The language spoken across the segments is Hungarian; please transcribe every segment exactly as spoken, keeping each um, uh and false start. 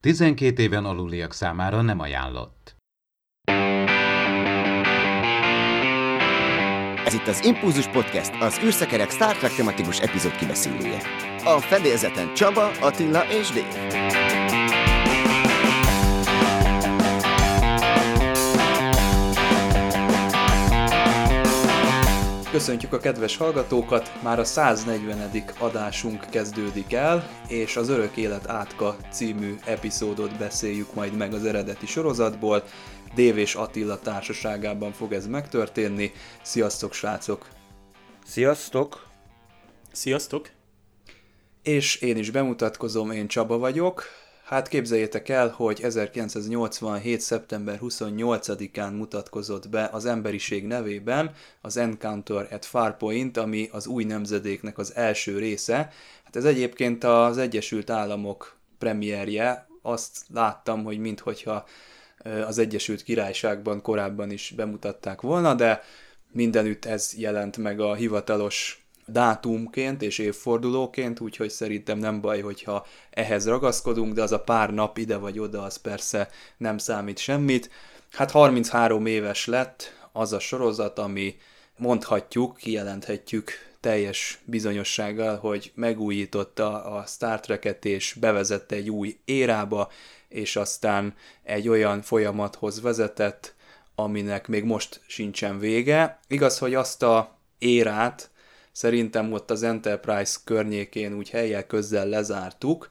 tizenkét éven aluliak számára nem ajánlott. Ez itt az Impulzus Podcast, az űrszekerek Star Trek tematikus epizód kibeszélője. A fedélzeten Csaba, Attila és Dave. Köszöntjük a kedves hallgatókat, már a száznegyvenedik adásunk kezdődik el, és az Örök Élet Átka című epizódot beszéljük majd meg az eredeti sorozatból. Dave és Attila társaságában fog ez megtörténni. Sziasztok, srácok! Sziasztok! Sziasztok! És én is bemutatkozom, én Csaba vagyok. Hát képzeljétek el, hogy ezerkilencszáznyolcvanhét. szeptember huszonnyolcadikán mutatkozott be az emberiség nevében az Encounter at Farpoint, ami az új nemzedéknek az első része. Hát ez egyébként az Egyesült Államok premierje. Azt láttam, hogy minthogyha az Egyesült Királyságban korábban is bemutatták volna, de mindenütt ez jelent meg a hivatalos dátumként és évfordulóként, úgyhogy szerintem nem baj, hogyha ehhez ragaszkodunk, de az a pár nap ide vagy oda, az persze nem számít semmit. Hát harminchárom éves lett az a sorozat, ami mondhatjuk, kijelenthetjük teljes bizonyossággal, hogy megújította a Star Trek-et és bevezette egy új érába, és aztán egy olyan folyamathoz vezetett, aminek még most sincsen vége. Igaz, hogy azt a érát szerintem ott az Enterprise környékén úgy helyjel közzel lezártuk,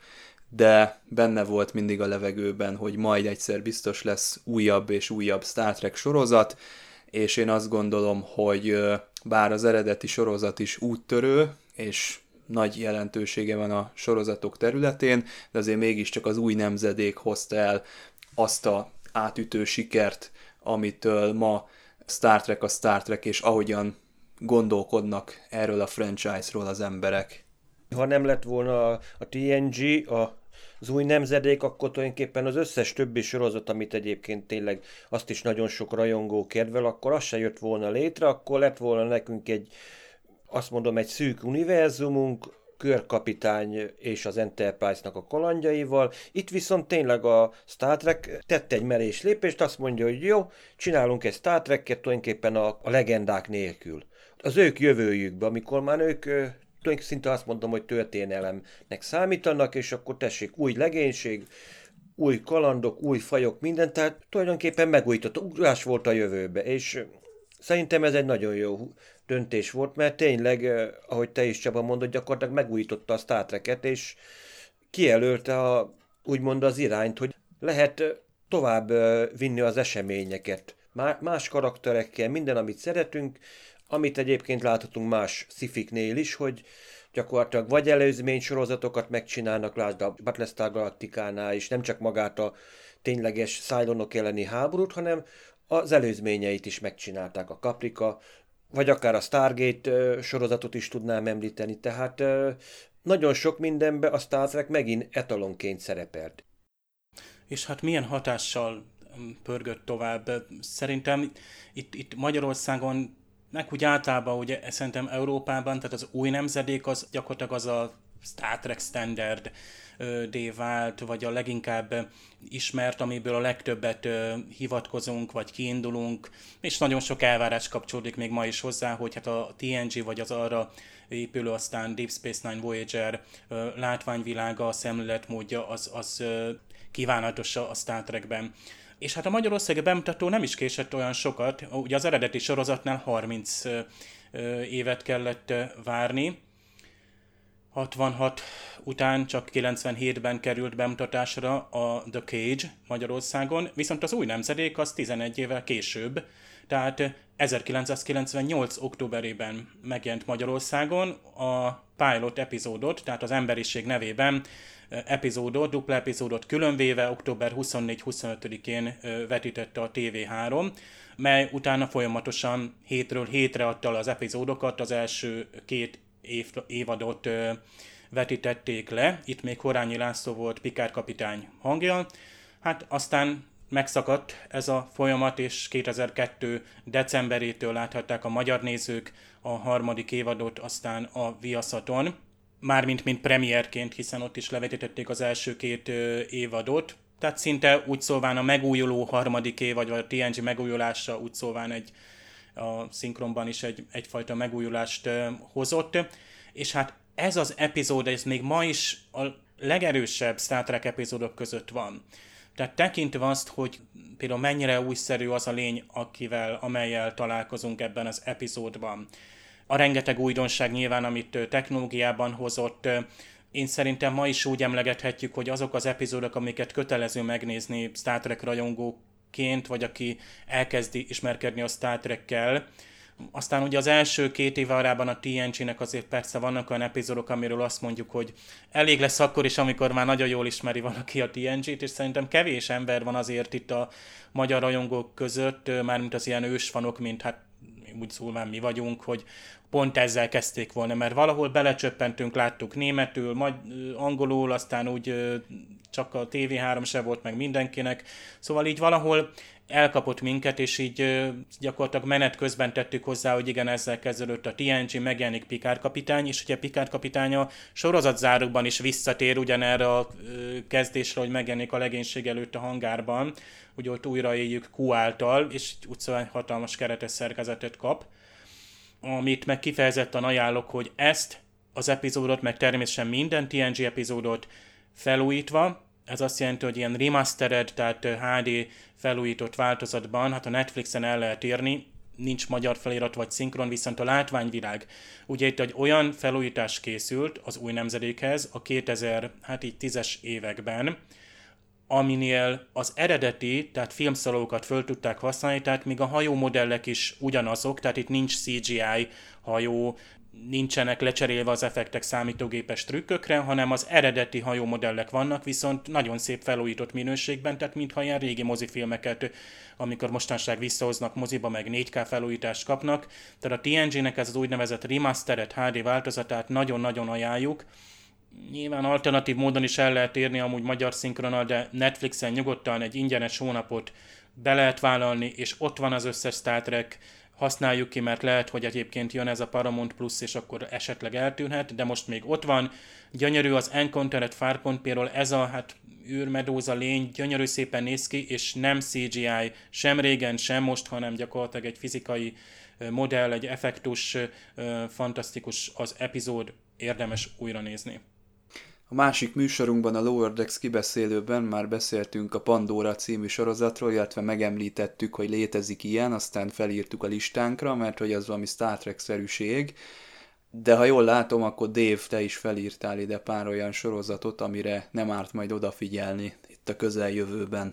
de benne volt mindig a levegőben, hogy majd egyszer biztos lesz újabb és újabb Star Trek sorozat, és én azt gondolom, hogy bár az eredeti sorozat is úttörő, és nagy jelentősége van a sorozatok területén, de azért mégiscsak az új nemzedék hozta el azt a átütő sikert, amitől ma Star Trek a Star Trek, és ahogyan gondolkodnak erről a franchise-ról az emberek. Ha nem lett volna a té en gé, a, az új nemzedék, akkor tulajdonképpen az összes többi sorozat, amit egyébként tényleg azt is nagyon sok rajongó kedvel, akkor az se jött volna létre, akkor lett volna nekünk egy, azt mondom, egy szűk univerzumunk, Körkapitány és az Enterprise-nak a kalandjaival. Itt viszont tényleg a Star Trek tett egy merés lépést, azt mondja, hogy jó, csinálunk egy Star Trek-et tulajdonképpen a, a legendák nélkül. Az ők jövőjükbe, amikor már ők tulajdonképpen szinte azt mondom, hogy történelemnek számítanak, és akkor tessék, új legénység, új kalandok, új fajok, minden, tehát tulajdonképpen megújított ugrás volt a jövőbe, és szerintem ez egy nagyon jó döntés volt, mert tényleg, ahogy te is Csaba mondod, gyakorlatilag megújította a Star Trek-et, és kijelölte a, úgymond az irányt, hogy lehet tovább vinni az eseményeket. Más karakterekkel, minden, amit szeretünk, amit egyébként láthatunk más sci-fiknél is, hogy gyakorlatilag vagy előzmény sorozatokat megcsinálnak, lásd a Battlestar Galacticánál is, nem csak magát a tényleges Cylonok elleni háborút, hanem az előzményeit is megcsinálták, a Caprica, vagy akár a Stargate sorozatot is tudnám említeni, tehát nagyon sok mindenben a Star Trek megint etalonként szerepelt. És hát milyen hatással pörgött tovább? Szerintem itt, itt Magyarországon, meg úgy általában, ugye szerintem Európában, tehát az új nemzedék az gyakorlatilag az a Star Trek standard dé vált, vagy a leginkább ismert, amiből a legtöbbet hivatkozunk, vagy kiindulunk, és nagyon sok elvárás kapcsolódik még ma is hozzá, hogy hát a té en gé, vagy az arra épülő aztán Deep Space Nine Voyager látványvilága, a szemléletmódja, az, az kívánatos a Star Trekben. És hát a magyarországi bemutató nem is késett olyan sokat, ugye az eredeti sorozatnál harminc évet kellett várni, hatvanhat után csak kilencvenhétben került bemutatásra a The Cage Magyarországon, viszont az új nemzedék az tizenegy évvel később, tehát ezerkilencszázkilencvennyolc októberében megjelent Magyarországon a pilot epizódot, tehát az emberiség nevében epizódot, dupla epizódot különvéve október huszonnégy-huszonötödikén vetítette a té vé három, mely utána folyamatosan hétről hétre adta az epizódokat, az első két év, évadot ö, vetítették le. Itt még Horányi László volt Picard kapitány hangja. Hát aztán megszakadt ez a folyamat, és kétezer-kettő decemberétől láthatták a magyar nézők a harmadik évadot aztán a Viaszaton. Mármint mint premierként, hiszen ott is levetítették az első két ö, évadot. tehát szinte úgy szólván a megújuló harmadik év, vagy a té en gé megújulása úgy szólván egy, a szinkronban is egy, egyfajta megújulást uh, hozott, és hát ez az epizód, ez még ma is a legerősebb Star Trek epizódok között van. Tehát tekintve azt, hogy például mennyire újszerű az a lény, akivel, amellyel találkozunk ebben az epizódban. A rengeteg újdonság nyilván, amit technológiában hozott, én szerintem ma is úgy emlegethetjük, hogy azok az epizódok, amiket kötelező megnézni Star Trek rajongóként, vagy aki elkezdi ismerkedni a Star Trekkel. Aztán ugye az első két év arában a té en gé-nek azért persze vannak olyan epizódok, amiről azt mondjuk, hogy elég lesz akkor is, amikor már nagyon jól ismeri valaki a té en gét, és szerintem kevés ember van azért itt a magyar rajongók között, mármint az ilyen ősfanok, mint hát úgy szólván mi vagyunk, hogy pont ezzel kezdték volna, mert valahol belecsöppentünk, láttuk németül, majd angolul, aztán úgy csak a té vé három se volt meg mindenkinek, szóval így valahol elkapott minket, és így gyakorlatilag menet közben tettük hozzá, hogy igen, ezzel kezdődött a té en gé, megjelenik Picard kapitány, és ugye Picard kapitány a sorozatzárukban is visszatér ugyanerre a kezdésre, hogy megjelenik a legénység előtt a hangárban, ugye ott újraéljük Q által, és úgy szóval hatalmas keretes szerkezetet kap, amit meg kifejezetten ajánlok, hogy ezt az epizódot, meg természetesen minden té en gé epizódot felújítva, ez azt jelenti, hogy ilyen remastered, tehát há dé felújított változatban, hát a Netflixen el lehet írni, nincs magyar felirat vagy szinkron, viszont a látványvilág. Ugye itt egy olyan felújítás készült az új nemzedékhez a kétezer-tízes években, aminél az eredeti, tehát filmszalókat föl tudták használni, tehát még a hajómodellek is ugyanazok, tehát itt nincs cé gé í hajó, nincsenek lecserélve az effektek számítógépes trükkökre, hanem az eredeti hajómodellek vannak, viszont nagyon szép felújított minőségben, tehát mintha ilyen régi mozifilmeket, amikor mostanság visszahoznak moziba, meg négy ká felújítást kapnak. Tehát a té en gé-nek ez az úgynevezett remastered há dé változatát nagyon-nagyon ajánljuk. Nyilván alternatív módon is el lehet érni amúgy magyar szinkronnal, de Netflixen nyugodtan egy ingyenes hónapot be lehet vállalni, és ott van az összes Star Trek, használjuk ki, mert lehet, hogy egyébként jön ez a Paramount Plus, és akkor esetleg eltűnhet, de most még ott van. Gyönyörű az Encounter at Farpoint, például ez a hát űrmedóza lény, gyönyörű szépen néz ki, és nem cé gé í sem régen, sem most, hanem gyakorlatilag egy fizikai modell, egy effektus, fantasztikus az epizód, érdemes újra nézni. A másik műsorunkban, a Lower Decks kibeszélőben már beszéltünk a Pandora című sorozatról, illetve megemlítettük, hogy létezik ilyen, aztán felírtuk a listánkra, mert hogy az valami Star Trek-szerűség. De ha jól látom, akkor Dave, te is felírtál ide pár olyan sorozatot, amire nem árt majd odafigyelni itt a közeljövőben.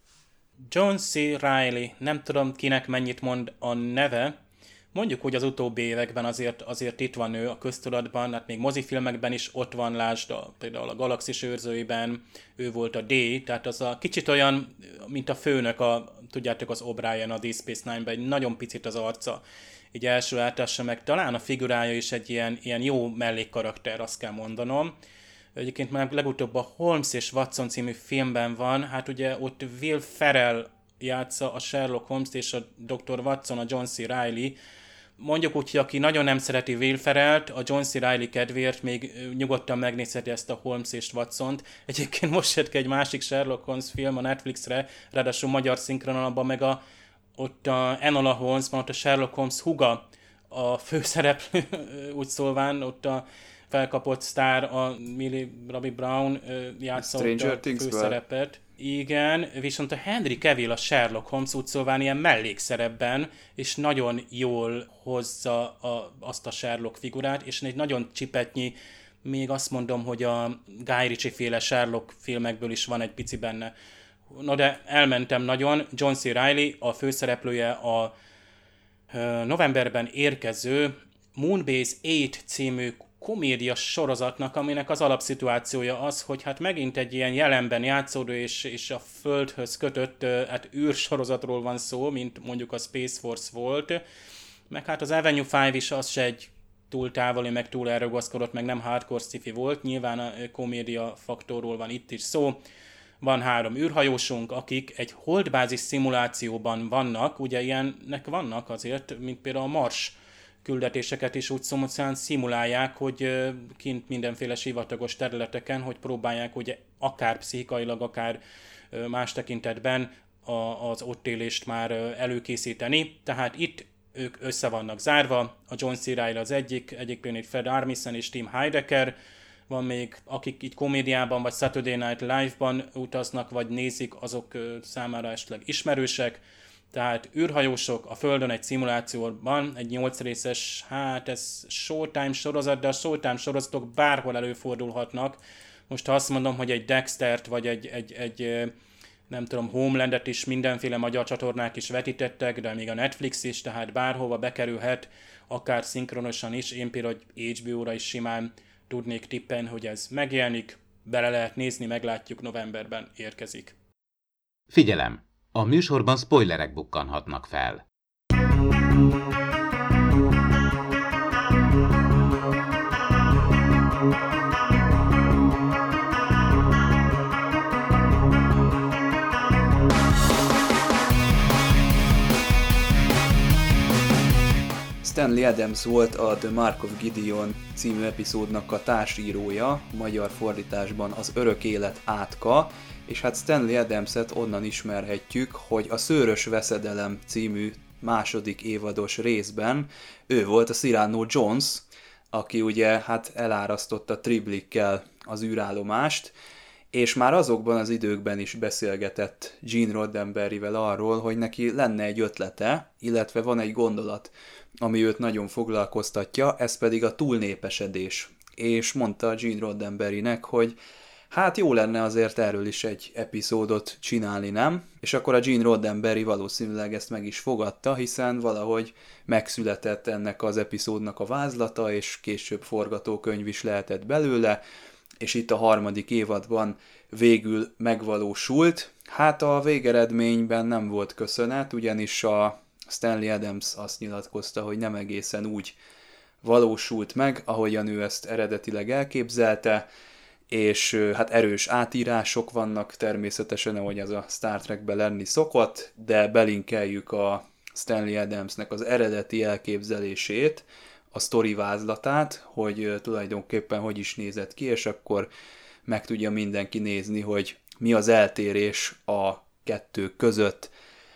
John C. Reilly, nem tudom kinek mennyit mond a neve, mondjuk, hogy az utóbbi években azért, azért itt van ő a köztudatban, hát még mozifilmekben is ott van, lásd, a, például a Galaxis őrzőiben ő volt a D, tehát az a kicsit olyan, mint a főnök, a, tudjátok, az O'Brien a Deep Space Nine-ben, egy nagyon picit az arca, így első látásra, meg talán a figurája is egy ilyen, ilyen jó mellékkarakter, azt kell mondanom. Egyébként már legutóbb a Holmes és Watson című filmben van, hát ugye ott Will Ferrell játsza a Sherlock Holmes-t, és a doktor Watson a John C. Reilly. Mondjuk úgy, hogy aki nagyon nem szereti Will Ferrellt, a John C. Reilly kedvéért még nyugodtan megnézheti ezt a Holmes és Watson-t. Egyébként most jött ki egy másik Sherlock Holmes film a Netflixre, ráadásul magyar szinkronalban, meg a, ott a Enola Holmes, van ott a Sherlock Holmes húga, a főszereplő, úgy szólván, ott a felkapott sztár, a Millie Bobby Brown játsza a főszerepet. Igen, viszont a Henry Cavill a Sherlock Holmes úgy szólván ilyen mellékszerepben, és nagyon jól hozza a, azt a Sherlock figurát, és egy nagyon csipetnyi, még azt mondom, hogy a Guy Ritchie féle Sherlock filmekből is van egy pici benne. No de elmentem nagyon, John C. Reilly, a főszereplője a novemberben érkező Moonbase nyolc című komédia sorozatnak, aminek az alapszituációja az, hogy hát megint egy ilyen jelenben játszódó és, és a Földhöz kötött hát űrsorozatról van szó, mint mondjuk a Space Force volt, meg hát az Avenue öt is az se egy túl távoli, meg túl elragaszkodott, meg nem hardcore sci-fi volt, nyilván a komédia faktorról van itt is szó. Van három űrhajósunk, akik egy holdbázis szimulációban vannak, ugye ilyennek vannak azért, mint például a Mars küldetéseket is úgy szomorúan szimulálják, hogy kint mindenféle sivatagos területeken, hogy próbálják ugye akár pszichikailag, akár más tekintetben a, az ott élést már előkészíteni. Tehát itt ők össze vannak zárva, a John C. Reilly az egyik, egyik Fred Armisen és Tim Heidecker, van még, akik itt komédiában vagy Saturday Night Live-ban utaznak, vagy nézik, azok számára esetleg ismerősek. Tehát űrhajósok a Földön egy szimulációban, egy nyolc részes, hát ez Showtime sorozat, de a Showtime sorozatok bárhol előfordulhatnak. Most ha azt mondom, hogy egy Dextert, vagy egy, egy, egy nem tudom, Homelandet is mindenféle magyar csatornák is vetítettek, de még a Netflix is, tehát bárhova bekerülhet, akár szinkronosan is. Én például há bé ó-ra is simán tudnék tippen, hogy ez megjelenik, bele lehet nézni, meglátjuk, novemberben érkezik. Figyelem! A műsorban spoilerek bukkanhatnak fel. Stanley Adams volt a The Mark of Gideon című epizódnak a társírója, magyar fordításban az Örök Élet átka, és hát Stanley Adamset onnan ismerhetjük, hogy a Szőrös Veszedelem című második évados részben ő volt a Cyrano Jones, aki ugye hát elárasztotta Triblikkel az űrállomást, és már azokban az időkben is beszélgetett Gene Roddenberryvel arról, hogy neki lenne egy ötlete, illetve van egy gondolat, ami őt nagyon foglalkoztatja, ez pedig a túlnépesedés. És mondta Gene Roddenberrynek, hogy hát jó lenne azért erről is egy epizódot csinálni, nem? És akkor a Gene Roddenberry valószínűleg ezt meg is fogadta, hiszen valahogy megszületett ennek az epizódnak a vázlata, és később forgatókönyv is lehetett belőle, és itt a harmadik évadban végül megvalósult. Hát a végeredményben nem volt köszönet, ugyanis a Stanley Adams azt nyilatkozta, hogy nem egészen úgy valósult meg, ahogyan ő ezt eredetileg elképzelte, és hát erős átírások vannak természetesen, ahogy az a Star Trekben lenni szokott, de belinkeljük a Stanley Adamsnek az eredeti elképzelését, a sztori vázlatát, hogy tulajdonképpen hogy is nézett ki, és akkor meg tudja mindenki nézni, hogy mi az eltérés a kettő között.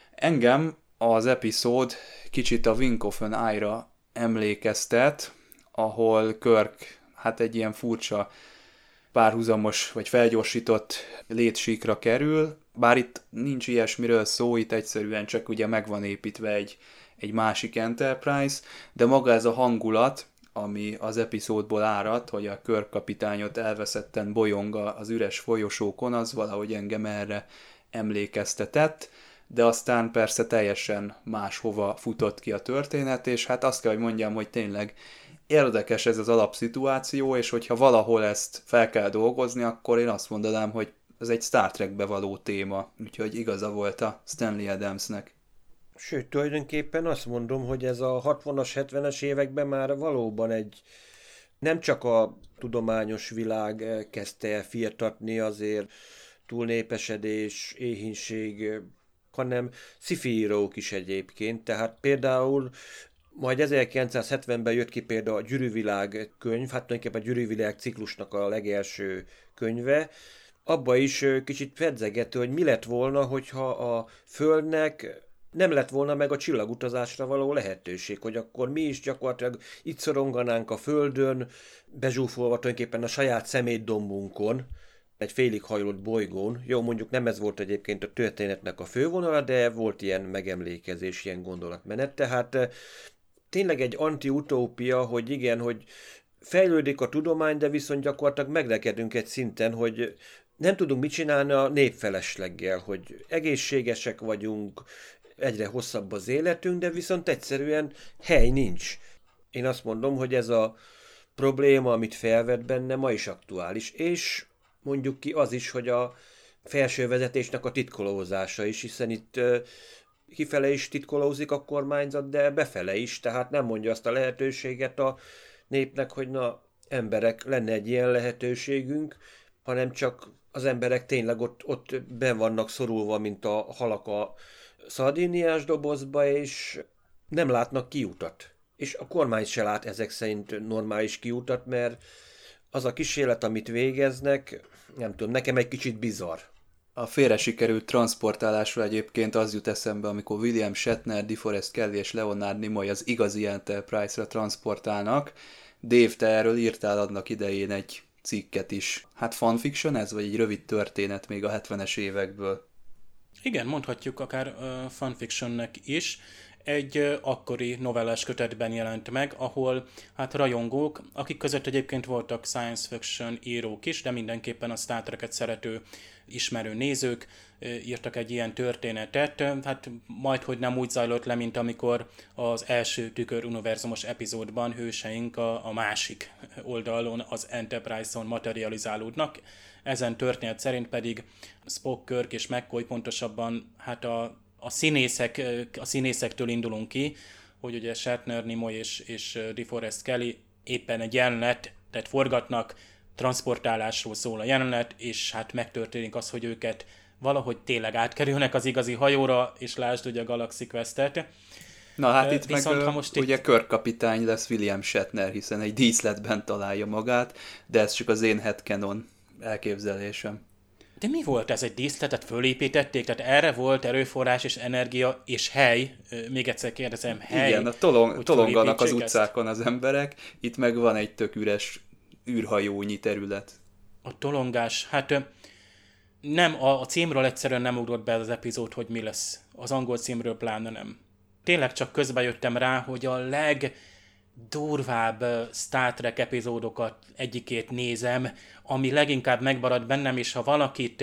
Engem az epizód kicsit a Wing of an Eye-ra emlékeztet, ahol Kirk hát egy ilyen furcsa párhuzamos vagy felgyorsított létsíkra kerül, bár itt nincs ilyesmiről szó, itt egyszerűen csak ugye meg van építve egy, egy másik Enterprise, de maga ez a hangulat, ami az epizódból árad, hogy a Kirk kapitányot elveszetten bolyong az üres folyosókon, az valahogy engem erre emlékeztetett, de aztán persze teljesen máshova futott ki a történet, és hát azt kell, hogy mondjam, hogy tényleg érdekes ez az alapszituáció, és hogyha valahol ezt fel kell dolgozni, akkor én azt mondanám, hogy ez egy Star Trekbe való téma, úgyhogy igaza volt a Stanley Adamsnek. Sőt, tulajdonképpen azt mondom, hogy ez a hatvanas, hetvenes években már valóban egy, nem csak a tudományos világ kezdte el firtatni azért túlnépesedés, éhínség, hanem sci-fi írók is egyébként, tehát például majd ezerkilencszázhetvenben jött ki például a Gyűrűvilág könyv, hát tulajdonképpen a Gyűrűvilág ciklusnak a legelső könyve. Abba is kicsit pedzegető, hogy mi lett volna, hogyha a Földnek nem lett volna meg a csillagutazásra való lehetőség, hogy akkor mi is gyakorlatilag itt szoronganánk a Földön, bezsúfolva tulajdonképpen a saját szemétdombunkon, egy félig hajlott bolygón. Jó, mondjuk nem ez volt egyébként a történetnek a fővonala, de volt ilyen megemlékezés, ilyen gondolatmenet. Tehát tényleg egy anti-utópia, hogy igen, hogy fejlődik a tudomány, de viszont gyakorlatilag meglekedünk egy szinten, hogy nem tudunk mit csinálni a népfelesleggel, hogy egészségesek vagyunk, egyre hosszabb az életünk, de viszont egyszerűen hely nincs. Én azt mondom, hogy ez a probléma, amit felvet benne, ma is aktuális, és mondjuk ki az is, hogy a felső vezetésnek a titkolózása is, hiszen itt kifele is titkolózik a kormányzat, de befele is, tehát nem mondja azt a lehetőséget a népnek, hogy na, emberek, lenne egy ilyen lehetőségünk, hanem csak az emberek tényleg ott, ott ben vannak szorulva, mint a halak a szardíniás dobozba, és nem látnak kiutat. És a kormány se lát ezek szerint normális kiutat, mert az a kísérlet, amit végeznek, nem tudom, nekem egy kicsit bizarr. A félre sikerült transportálásról egyébként az jut eszembe, amikor William Shatner, DeForest Kelly és Leonard Nimoy az igazi Enterprise-ra transportálnak. Dave, te erről írtál annak idején egy cikket is. Hát fanfiction ez, vagy egy rövid történet még a hetvenes évekből? Igen, mondhatjuk akár uh, fanfictionnek is. Egy uh, akkori novellás kötetben jelent meg, ahol hát rajongók, akik között egyébként voltak science fiction írók is, de mindenképpen a Star Trek-et szerető, ismerő nézők uh, írtak egy ilyen történetet. Hát majdhogy nem úgy zajlott le, mint amikor az első Tükör univerzumos epizódban hőseink a, a másik oldalon, az Enterprise-on materializálódnak. Ezen történet szerint pedig Spock, Kirk és McCoy pontosabban hát a, a, színészek, a színészektől indulunk ki, hogy ugye Shatner, Nimoy és, és DeForest Kelly éppen egy jelenet, tehát forgatnak, transportálásról szól a jelenet, és hát megtörténik az, hogy őket valahogy tényleg átkerülnek az igazi hajóra, és lásd ugye a Galaxy Quest-et. Na hát itt Viszont, meg ha most ugye itt... Kirk kapitány lesz William Shatner, hiszen egy díszletben találja magát, de ez csak az én headcanon elképzelésem. De mi volt ez? Egy díszletet fölépítették? Tehát erre volt erőforrás és energia és hely. Még egyszer kérdezem, hely. Igen, a tolong, tolonganak az utcákon ezt? Az emberek, itt meg van egy tök üres űrhajónyi terület. A tolongás, hát nem, a, a címről egyszerűen nem ugrott be az epizód, hogy mi lesz. Az angol címről pláne nem. Tényleg csak közben jöttem rá, hogy a legdurvább Star Trek epizódokat egyikét nézem, ami leginkább megmarad bennem, és ha valakit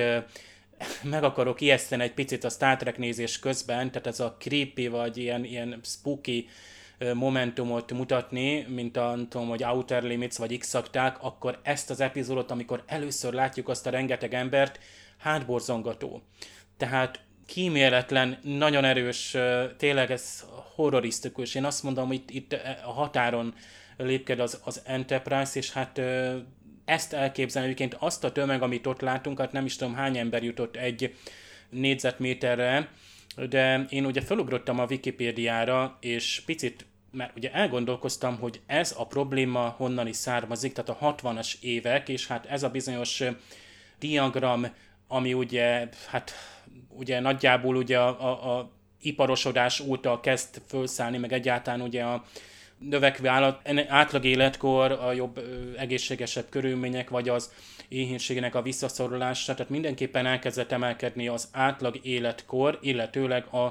meg akarok ijeszteni egy picit a Star Trek nézés közben, tehát ez a creepy vagy ilyen, ilyen spooky momentumot mutatni, mint a, nem tudom, hogy Outer Limits vagy X-akták, akkor ezt az epizódot, amikor először látjuk azt a rengeteg embert, hátborzongató. Tehát kíméletlen, nagyon erős, tényleg ez horrorisztikus. Én azt mondom, hogy itt, itt a határon lépked az, az Enterprise, és hát ezt elképzelni, egyébként azt a tömeg, amit ott látunk, hát nem is tudom hány ember jutott egy négyzetméterre, de én ugye felugrottam a Wikipédiára, és picit, mert ugye elgondolkoztam, hogy ez a probléma honnan is származik, tehát a hatvanas évek, és hát ez a bizonyos diagram, ami ugye, hát ugye nagyjából ugye a, a, a iparosodás óta kezd felszállni, meg egyáltalán ugye a növekvő állat, átlag életkor, a jobb, egészségesebb körülmények, vagy az éhínségnek a visszaszorulása, tehát mindenképpen elkezdett emelkedni az átlag életkor, illetőleg a,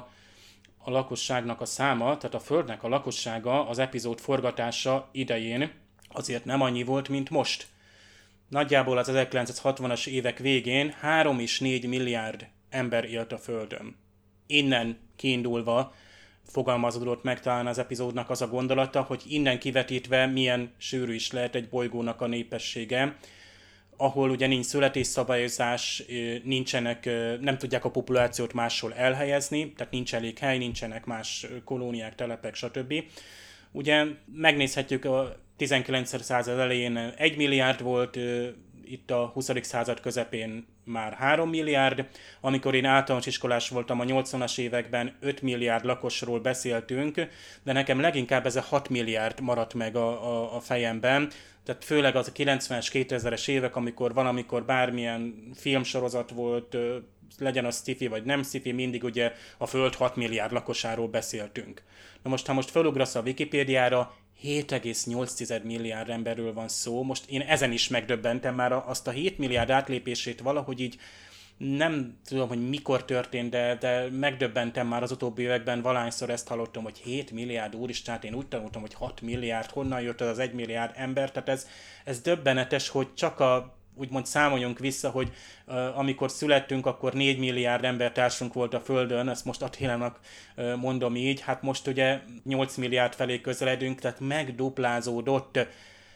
a lakosságnak a száma, tehát a Földnek a lakossága az epizód forgatása idején azért nem annyi volt, mint most. Nagyjából az ezerkilencszázhatvanas évek végén három és négy milliárd ember élt a Földön. Innen kiindulva fogalmazódott meg talán az epizódnak az a gondolata, hogy innen kivetítve milyen sűrű is lehet egy bolygónak a népessége, ahol ugye nincs születésszabályozás, nincsenek, nem tudják a populációt máshol elhelyezni, tehát nincs elég hely, nincsenek más kolóniák, telepek, stb. Ugye megnézhetjük a tizenkilencedik század elején egy milliárd volt, itt a huszadik század közepén már három milliárd, amikor én általános iskolás voltam a nyolcvanas években öt milliárd lakosról beszéltünk, de nekem leginkább ez a hat milliárd maradt meg a, a, a fejemben, tehát főleg az a kilencvenes, kétezres évek, amikor valamikor bármilyen filmsorozat volt, legyen az sci-fi vagy nem sci-fi, mindig ugye a Föld hat milliárd lakosáról beszéltünk. Na most, ha most felugrasz a Wikipédiára, hét egész nyolc milliárd emberről van szó. Most én ezen is megdöbbentem, már azt a hét milliárd átlépését valahogy így nem tudom, hogy mikor történt, de, de megdöbbentem már az utóbbi években, valahányszor ezt hallottam, hogy hét milliárd, úristen, én úgy tanultam, hogy hat milliárd, honnan jött az az egy milliárd ember, tehát ez, ez döbbenetes, hogy csak a úgymond számoljunk vissza, hogy uh, amikor születtünk, akkor négy milliárd embertársunk volt a Földön, ezt most Attilának uh, mondom így, hát most ugye nyolc milliárd felé közeledünk, tehát megduplázódott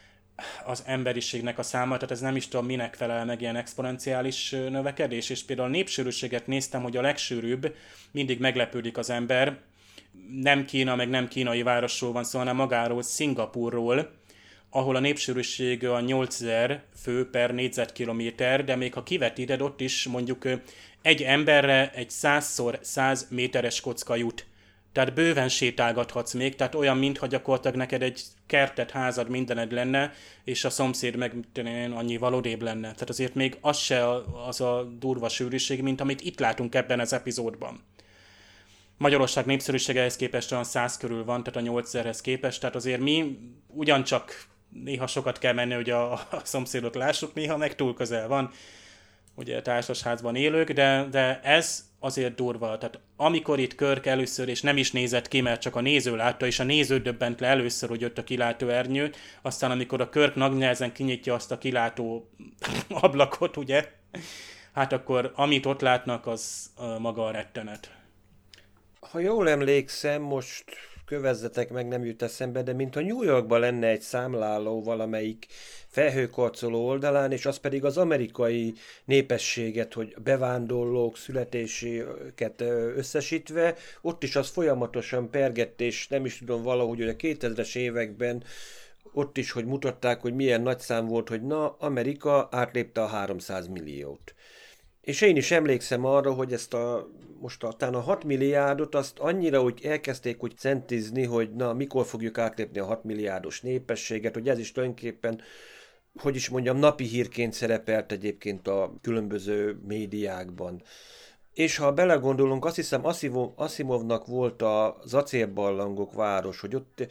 az emberiségnek a száma, tehát ez nem is tudom, minek felel meg ilyen exponenciális növekedés, és például a népsűrűséget néztem, hogy a legsűrűbb, mindig meglepődik az ember, nem Kína, meg nem kínai városról van szó, hanem magáról, Szingapurról, ahol a népsűrűség a nyolcezer fő per négyzetkilométer, de még ha kivetíted, ott is mondjuk egy emberre egy százszor száz méteres kocka jut. Tehát bőven sétálgathatsz még, tehát olyan, mintha gyakorlatilag neked egy kerted, házad, mindened lenne, és a szomszéd meg annyi valódébb lenne. Tehát azért még az se az a durva sűrűség, mint amit itt látunk ebben az epizódban. Magyarország népszerűségehez képest olyan száz körül van, tehát a nyolcezerhez képest, tehát azért mi ugyancsak néha sokat kell menni, hogy a, a szomszédot lássuk, néha meg túl közel van, ugye társasházban élők, de, de ez azért durva. Tehát amikor itt Kirk először, és nem is nézett ki, mert csak a néző látta, és a néző döbbent le először, hogy jött a kilátóernyőt, aztán amikor a Kirk nagy nehezen kinyitja azt a kilátó ablakot, ugye, hát akkor amit ott látnak, az maga a rettenet. Ha jól emlékszem, most kövezzetek meg, nem jut eszembe, de mintha New Yorkban lenne egy számláló valamelyik felhőkarcoló oldalán, és az pedig az amerikai népességet, hogy bevándorlók születéseket összesítve, ott is az folyamatosan pergett, és nem is tudom valahogy, hogy a kétezres években ott is, hogy mutatták, hogy milyen nagy szám volt, hogy na, Amerika átlépte a háromszáz milliót. És én is emlékszem arra, hogy ezt a, most a, a hat milliárdot azt annyira úgy elkezdték úgy centizni, hogy na, mikor fogjuk átlépni a hat milliárdos népességet, hogy ez is tulajdonképpen, hogy is mondjam, napi hírként szerepelt egyébként a különböző médiákban. És ha belegondolunk, azt hiszem Asimovnak volt az acélbarlangok város, hogy ott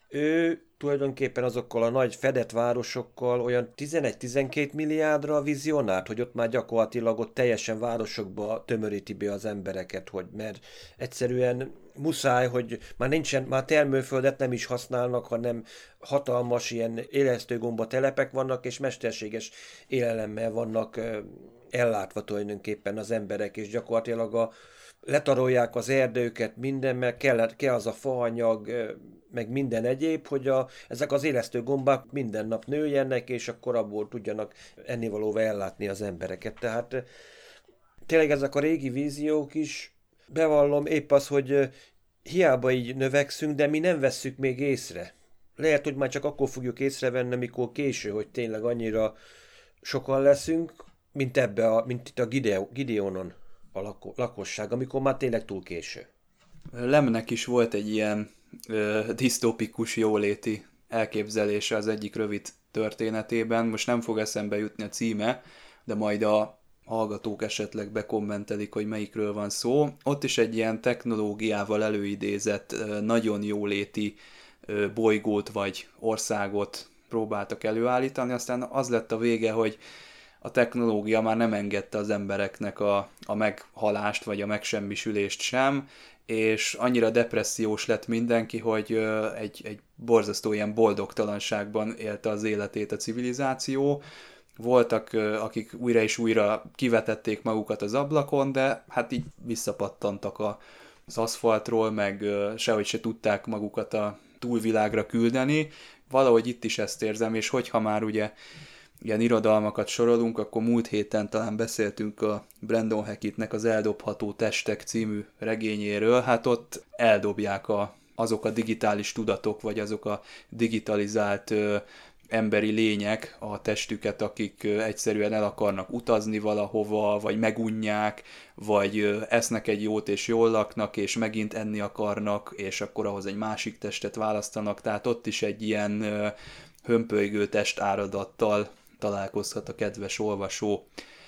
ő tulajdonképpen azokkal a nagy fedett városokkal olyan tizenegy-tizenkét milliárdra vizionált, hogy ott már gyakorlatilag ott teljesen városokba tömöríti be az embereket, hogy mert egyszerűen muszáj, hogy már nincsen, már termőföldet nem is használnak, hanem hatalmas ilyen élesztőgomba telepek vannak, és mesterséges élelemmel vannak ellátva tulajdonképpen az emberek, és gyakorlatilag a, letarolják az erdőket, minden, mert kell, kell az a faanyag, meg minden egyéb, hogy a, ezek az élesztő gombák minden nap nőjenek, és akkor abból tudjanak ennivalóval ellátni az embereket. Tehát tényleg ezek a régi víziók is, bevallom épp az, hogy hiába így növekszünk, de mi nem vesszük még észre. Lehet, hogy már csak akkor fogjuk észrevenni, amikor késő, hogy tényleg annyira sokan leszünk, mint ebbe a, mint itt a Gideonon a lakosság, amikor már tényleg túl késő. Lemnek is volt egy ilyen ö, disztópikus jóléti elképzelése az egyik rövid történetében. Most nem fog eszembe jutni a címe, de majd a hallgatók esetleg bekommentelik, hogy melyikről van szó. Ott is egy ilyen technológiával előidézett, nagyon jóléti bolygót vagy országot próbáltak előállítani, aztán az lett a vége, hogy a technológia már nem engedte az embereknek a, a meghalást vagy a megsemmisülést sem, és annyira depressziós lett mindenki, hogy egy, egy borzasztó ilyen boldogtalanságban élte az életét a civilizáció. Voltak, akik újra és újra kivetették magukat az ablakon, de hát így visszapattantak az aszfaltról, meg sehogy se tudták magukat a túlvilágra küldeni. Valahogy itt is ezt érzem, és hogyha már ugye ilyen irodalmakat sorolunk, akkor múlt héten talán beszéltünk a Brandon Hackettnek az Eldobható testek című regényéről, hát ott eldobják a, azok a digitális tudatok, vagy azok a digitalizált ö, emberi lények a testüket, akik ö, egyszerűen el akarnak utazni valahova, vagy megunják, vagy ö, esznek egy jót és jól laknak, és megint enni akarnak, és akkor ahhoz egy másik testet választanak, tehát ott is egy ilyen ö, hömpölygő testáradattal találkozhat a kedves olvasó.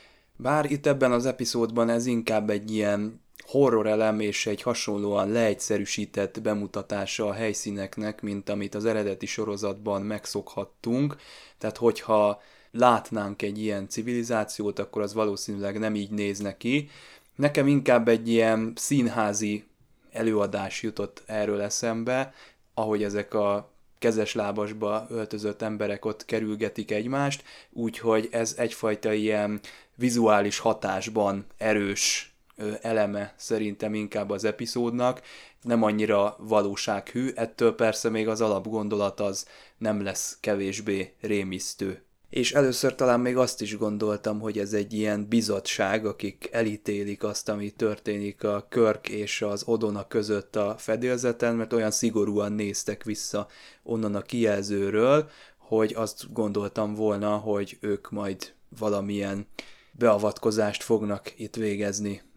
Bár itt ebben az epizódban ez inkább egy ilyen horror elem és egy hasonlóan leegyszerűsített bemutatása a helyszíneknek, mint amit az eredeti sorozatban megszokhattunk. Tehát hogyha látnánk egy ilyen civilizációt, akkor az valószínűleg nem így néz neki. Nekem inkább egy ilyen színházi előadás jutott erről eszembe, ahogy ezek a kezeslábasba öltözött emberek ott kerülgetik egymást, úgyhogy ez egyfajta ilyen vizuális hatásban erős eleme szerintem inkább az epizódnak, nem annyira valósághű, ettől persze még az alapgondolat az nem lesz kevésbé rémisztő. És először talán még azt is gondoltam, hogy ez egy ilyen bizottság, akik elítélik azt, ami történik a Kirk és az Odona között a fedélzeten, mert olyan szigorúan néztek vissza onnan a kijelzőről, hogy azt gondoltam volna, hogy ők majd valamilyen beavatkozást fognak itt végezni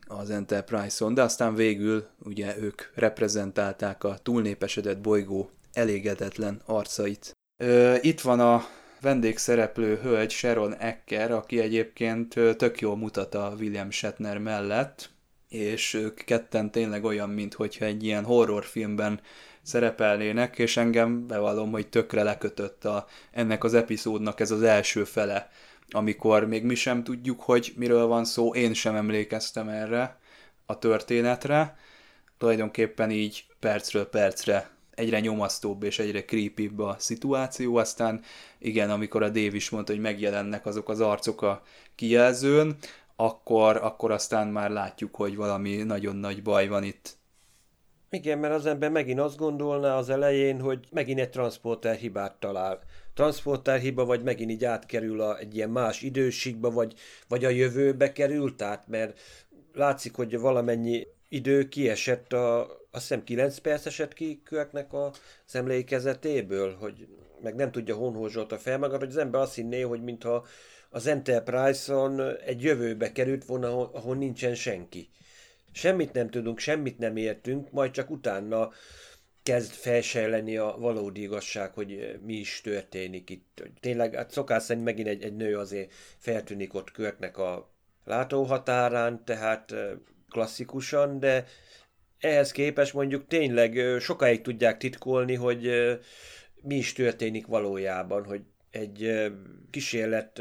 az Enterprise-on, de aztán végül ugye ők reprezentálták a túlnépesedett bolygó elégedetlen arcait. Ö, itt van a vendégszereplő hölgy Sharon Ecker, aki egyébként tök jól mutat a William Shatner mellett, és ők ketten tényleg olyan, minthogyha egy ilyen horrorfilmben szerepelnének, és engem bevallom, hogy tökre lekötött a, ennek az epizódnak ez az első fele, amikor még mi sem tudjuk, hogy miről van szó, én sem emlékeztem erre a történetre, tulajdonképpen így percről percre egyre nyomasztóbb és egyre creepybb a szituáció, aztán igen, amikor a Dave is mondta, hogy megjelennek azok az arcok a kijelzőn, akkor, akkor aztán már látjuk, hogy valami nagyon nagy baj van itt. Igen, mert az ember megint azt gondolná az elején, hogy megint egy transporter hibát talál. Transporter hiba, vagy megint így átkerül a, egy ilyen más időségbe, vagy, vagy a jövőbe került át, mert látszik, hogy valamennyi idő kiesett, a, azt hiszem kilenc perc esett ki Kirknek az emlékezetéből, hogy meg nem tudja honhol Zsolta felmagad, hogy az ember azt hinné, hogy mintha az Enterprise-on egy jövőbe került volna, ahol, ahol nincsen senki. Semmit nem tudunk, semmit nem értünk, majd csak utána kezd felsejleni a valódi igazság, hogy mi is történik itt. Tényleg, hát szokás szerint megint egy, egy nő azért feltűnik ott Kirknek a látóhatárán, tehát klasszikusan, de ehhez képest mondjuk tényleg sokáig tudják titkolni, hogy mi is történik valójában, hogy egy kísérlet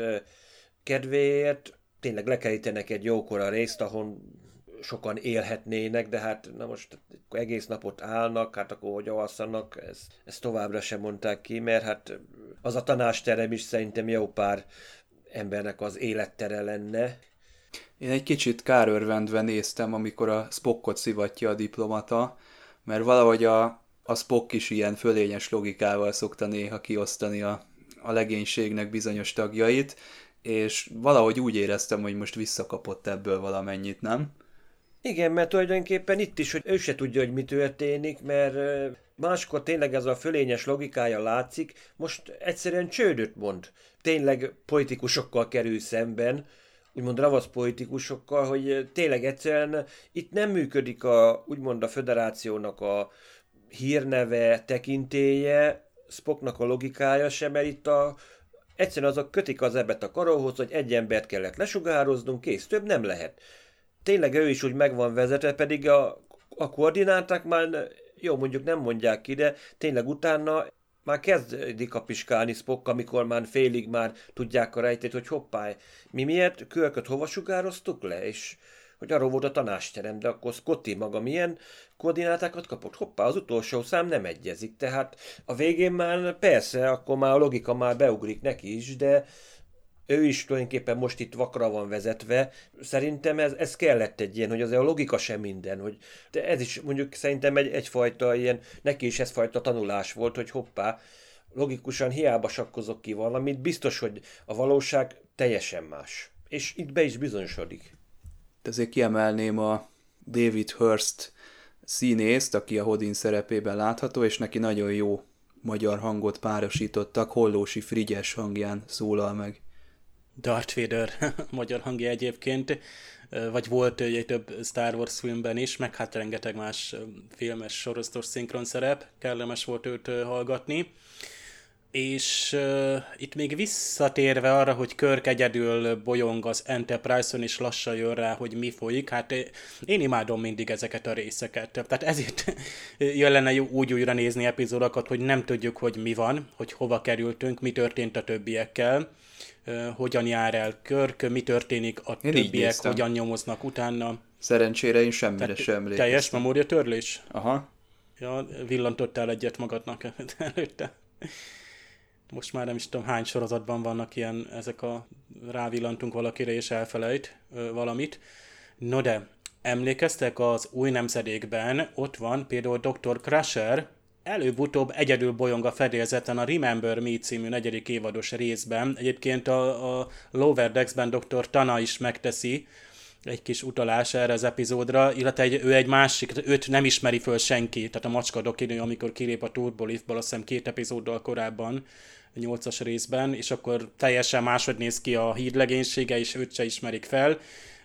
kedvéért tényleg lekerítenek egy jókora részt, ahol sokan élhetnének, de hát na most egész napot állnak, hát akkor hogy alszanak, ezt, ezt továbbra sem mondták ki, mert hát az a tanácsterem is szerintem jó pár embernek az élettere lenne. Én egy kicsit kárörvendve néztem, amikor a Spockot szivatja a diplomata, mert valahogy a, a Spock is ilyen fölényes logikával szokta néha kiosztani a, a legénységnek bizonyos tagjait, és valahogy úgy éreztem, hogy most visszakapott ebből valamennyit, nem? Igen, mert tulajdonképpen itt is, hogy ő se tudja, hogy mi történik, mert máskor tényleg ez a fölényes logikája látszik, most egyszerűen csődöt mond. Tényleg politikusokkal kerül szemben, úgymond ravasz politikusokkal, hogy tényleg egyszerűen itt nem működik a, úgymond a föderációnak a hírneve, tekintélye, Spocknak a logikája sem, mert itt a, egyszerűen azok kötik az ebet a karóhoz, hogy egy embert kellett lesugároznunk, kész, több nem lehet. Tényleg ő is úgy meg van vezetve, pedig a, a koordináták már, jó, mondjuk nem mondják ki, de tényleg utána már kezdik a piskálni Spock, amikor már félig már tudják a rejtét, hogy hoppá, mi miért Kirköt hova sugároztuk le, és hogy arról volt a tanácsterem, de akkor Scotty maga milyen koordinátákat kapott, hoppá, az utolsó szám nem egyezik, tehát a végén már persze, akkor már a logika már beugrik neki is, de ő is tulajdonképpen most itt vakra van vezetve. Szerintem ez, ez kellett egy ilyen, hogy azért a logika sem minden, hogy de ez is mondjuk szerintem egy, egyfajta ilyen, neki is ezfajta tanulás volt, hogy hoppá, logikusan hiába sakkozok ki valamit, biztos, hogy a valóság teljesen más. És itt be is bizonyosodik. Ezért kiemelném a David Hurst színészt, aki a Hodin szerepében látható, és neki nagyon jó magyar hangot párosítottak, Hollósi Frigyes hangján szólal meg. Darth Vader magyar hangja egyébként, vagy volt egy több Star Wars filmben is, meg hát rengeteg más filmes, sorozatos szinkron szerep, kellemes volt őt hallgatni. És uh, itt még visszatérve arra, hogy Kirk egyedül bolyong az Enterprise-on, és lassan jön rá, hogy mi folyik, hát én imádom mindig ezeket a részeket. Tehát ezért jön lenne jó úgy újra nézni epizódokat, hogy nem tudjuk, hogy mi van, hogy hova kerültünk, mi történt a többiekkel, uh, hogyan jár el Kirk, mi történik a én többiek, hogyan nyomoznak utána. Szerencsére én semmire Tehát sem emlékeztem. Teljes memóriatörlés? Aha. Ja, villantottál egyet magadnak előtte. Most már nem is tudom, hány sorozatban vannak ilyen, ezek a rávillantunk valakire és elfelejt ö, valamit. No de, emlékeztek az új nemzedékben, ott van például doktor Crusher, előbb-utóbb egyedül bolyong a fedélzeten a Remember Me című negyedik évados részben. Egyébként a, a Lower Decks-ben doktor Tana is megteszi egy kis utalás erre az epizódra, illetve egy, ő egy másik, őt nem ismeri föl senki, tehát a macska dokinő, amikor kilép a Turboliftból, azt hiszem két epizóddal korábban, a nyolcas részben, és akkor teljesen máshogy néz ki a hídlegénysége, és őt se ismerik fel.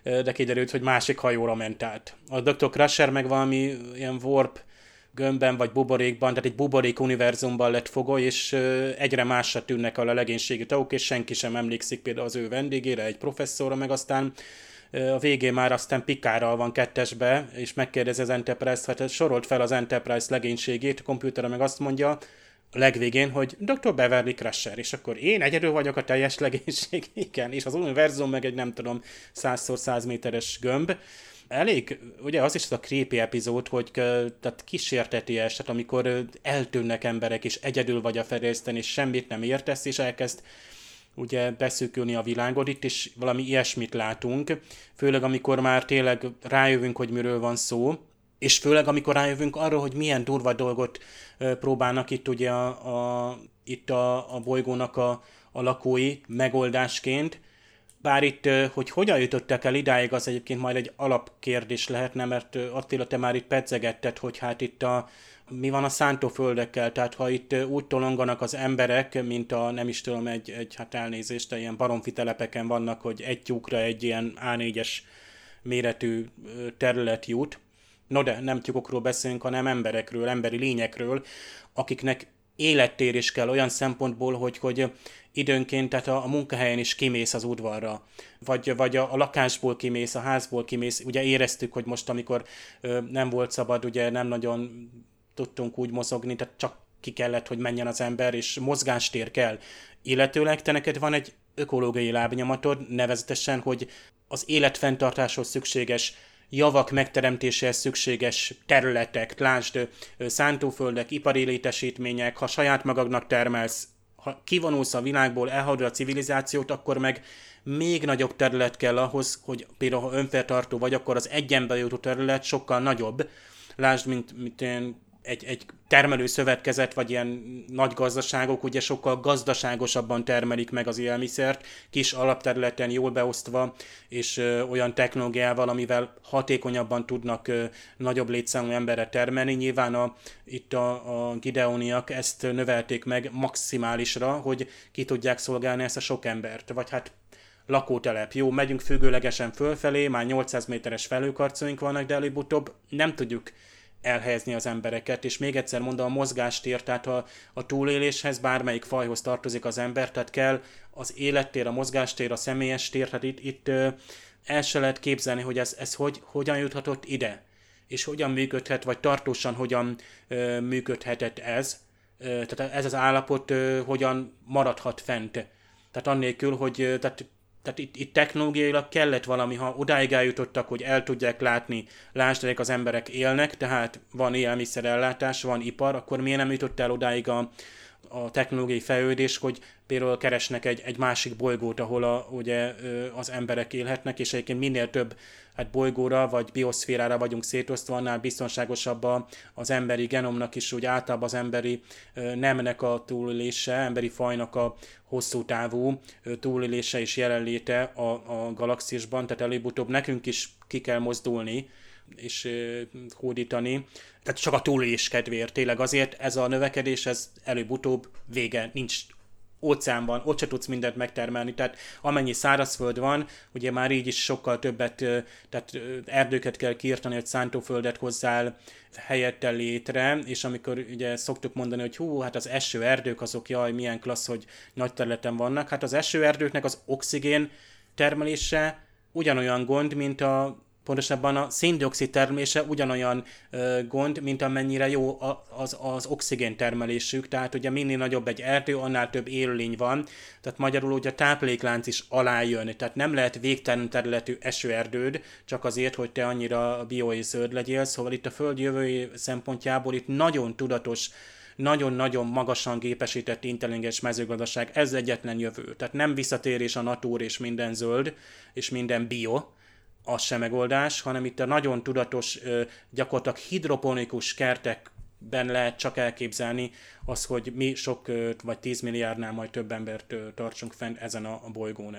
de kiderült, hogy másik hajóra ment át. A doktor Crusher meg valami ilyen warp gömbben vagy buborékban, tehát egy buborék univerzumban lett fogoly, és egyre másra tűnnek el a legénységi tagok, és senki sem emlékszik például az ő vendégére, egy professzorra, meg aztán a végén már aztán Picardral van kettesbe, és megkérdezi az Enterprise-t, hát sorolt fel az Enterprise legénységét, a kompjúterre meg azt mondja a legvégén, hogy doktor Beverly Crusher, és akkor én egyedül vagyok a teljes legénység, igen, és az univerzum meg egy nem tudom százszor száz méteres gömb. Elég, ugye az is az a creepy epizód, hogy tehát kísérteties, tehát amikor eltűnnek emberek, és egyedül vagy a fedélzeten, és semmit nem értesz, és elkezd ugye beszűkülni a világod, itt is valami ilyesmit látunk, főleg amikor már tényleg rájövünk, hogy miről van szó, és főleg amikor rájövünk arra, hogy milyen durva dolgot próbálnak itt ugye a, a, itt a, a bolygónak a, a lakói megoldásként, bár itt, hogy hogyan jutottak el idáig, az egyébként majd egy alapkérdés lehetne, mert Attila, te már itt pedzegetted, hogy hát itt a, mi van a szántóföldekkel, tehát ha itt úgy tolonganak az emberek, mint a, nem is tudom, egy, egy hát elnézést, de ilyen baromfi telepeken vannak, hogy egy tyúkra egy ilyen á négyes méretű terület jut. No de nem tyúkokról beszélünk, hanem emberekről, emberi lényekről, akiknek élettérés kell olyan szempontból, hogy, hogy időnként, tehát a, a munkahelyen is kimész az udvarra, vagy, vagy a, a lakásból kimész, a házból kimész. Ugye éreztük, hogy most, amikor ö, nem volt szabad, ugye nem nagyon tudtunk úgy mozogni, tehát csak ki kellett, hogy menjen az ember, és mozgástér kell. Illetőleg te neked van egy ökológiai lábnyomatod, nevezetesen, hogy az életfenntartáshoz szükséges javak megteremtéséhez szükséges területek, lásd, szántóföldek, ipari létesítmények, ha saját magadnak termelsz, ha kivonulsz a világból, elhagyod a civilizációt, akkor meg még nagyobb terület kell ahhoz, hogy például ha önfenntartó vagy, akkor az egy ember jutó terület sokkal nagyobb. Lásd, mint, mint egy, egy termelő szövetkezet, vagy ilyen nagy gazdaságok, ugye sokkal gazdaságosabban termelik meg az élelmiszert, kis alapterületen jól beosztva, és ö, olyan technológiával, amivel hatékonyabban tudnak ö, nagyobb létszámú emberre termelni. Nyilván a, itt a, a Gideoniak ezt növelték meg maximálisra, hogy ki tudják szolgálni ezt a sok embert, vagy hát lakótelep. Jó, megyünk függőlegesen fölfelé, már nyolcszáz méteres felhőkarcolóink vannak, de előbb-utóbb nem tudjuk elhelyezni az embereket, és még egyszer mondom, a mozgástér, tehát a, a túléléshez bármelyik fajhoz tartozik az ember, tehát kell az élettér, a mozgástér, a személyes tér, tehát itt, itt ö, el se lehet képzelni, hogy ez, ez hogy, hogyan juthatott ide, és hogyan működhet, vagy tartósan hogyan ö, működhetett ez, ö, tehát ez az állapot ö, hogyan maradhat fent. Tehát annélkül, hogy ö, tehát Tehát itt, itt technológiailag kellett valami, ha odáig eljutottak, hogy el tudják látni, lásd, az emberek élnek, tehát van élelmiszerellátás, van ipar, akkor miért nem jutott el odáig a, a technológiai fejlődés, hogy például keresnek egy, egy másik bolygót, ahol a, ugye, az emberek élhetnek, és egyébként minél több hát bolygóra vagy bioszférára vagyunk szétosztva, annál biztonságosabb az emberi genomnak is, úgy általában az emberi nemnek a túlélése, emberi fajnak a hosszú távú túlélése és jelenléte a, a galaxisban, tehát előbb-utóbb nekünk is ki kell mozdulni, és hódítani. Tehát csak a túlélés kedvéért, tényleg azért ez a növekedés, ez előbb-utóbb vége, nincs óceán van, ott se tudsz mindent megtermelni, tehát amennyi szárazföld van, ugye már így is sokkal többet, tehát erdőket kell kiirtani, hogy szántóföldet hozzál helyette létre, és amikor ugye szoktuk mondani, hogy hú, hát az esőerdők azok, jaj, milyen klassz, hogy nagy területen vannak, hát az esőerdőknek az oxigén termelése ugyanolyan gond, mint a pontosabban a széndioxid termelése ugyanolyan ö, gond, mint amennyire jó az, az oxigén termelésük, tehát ugye minél nagyobb egy erdő, annál több élőlény van, tehát magyarul ugye a tápláléklánc is alá jön, tehát nem lehet végtelen területű esőerdőd, csak azért, hogy te annyira bio és zöld legyél, szóval itt a föld jövője szempontjából itt nagyon tudatos, nagyon-nagyon magasan gépesített intelligens mezőgazdaság, ez egyetlen jövő, tehát nem visszatérés a natúr és minden zöld, és minden bio, az sem megoldás, hanem itt a nagyon tudatos, gyakorlatilag hidroponikus kertekben lehet csak elképzelni az, hogy mi sok vagy tíz milliárdnál majd több embert tartsunk fent ezen a bolygón.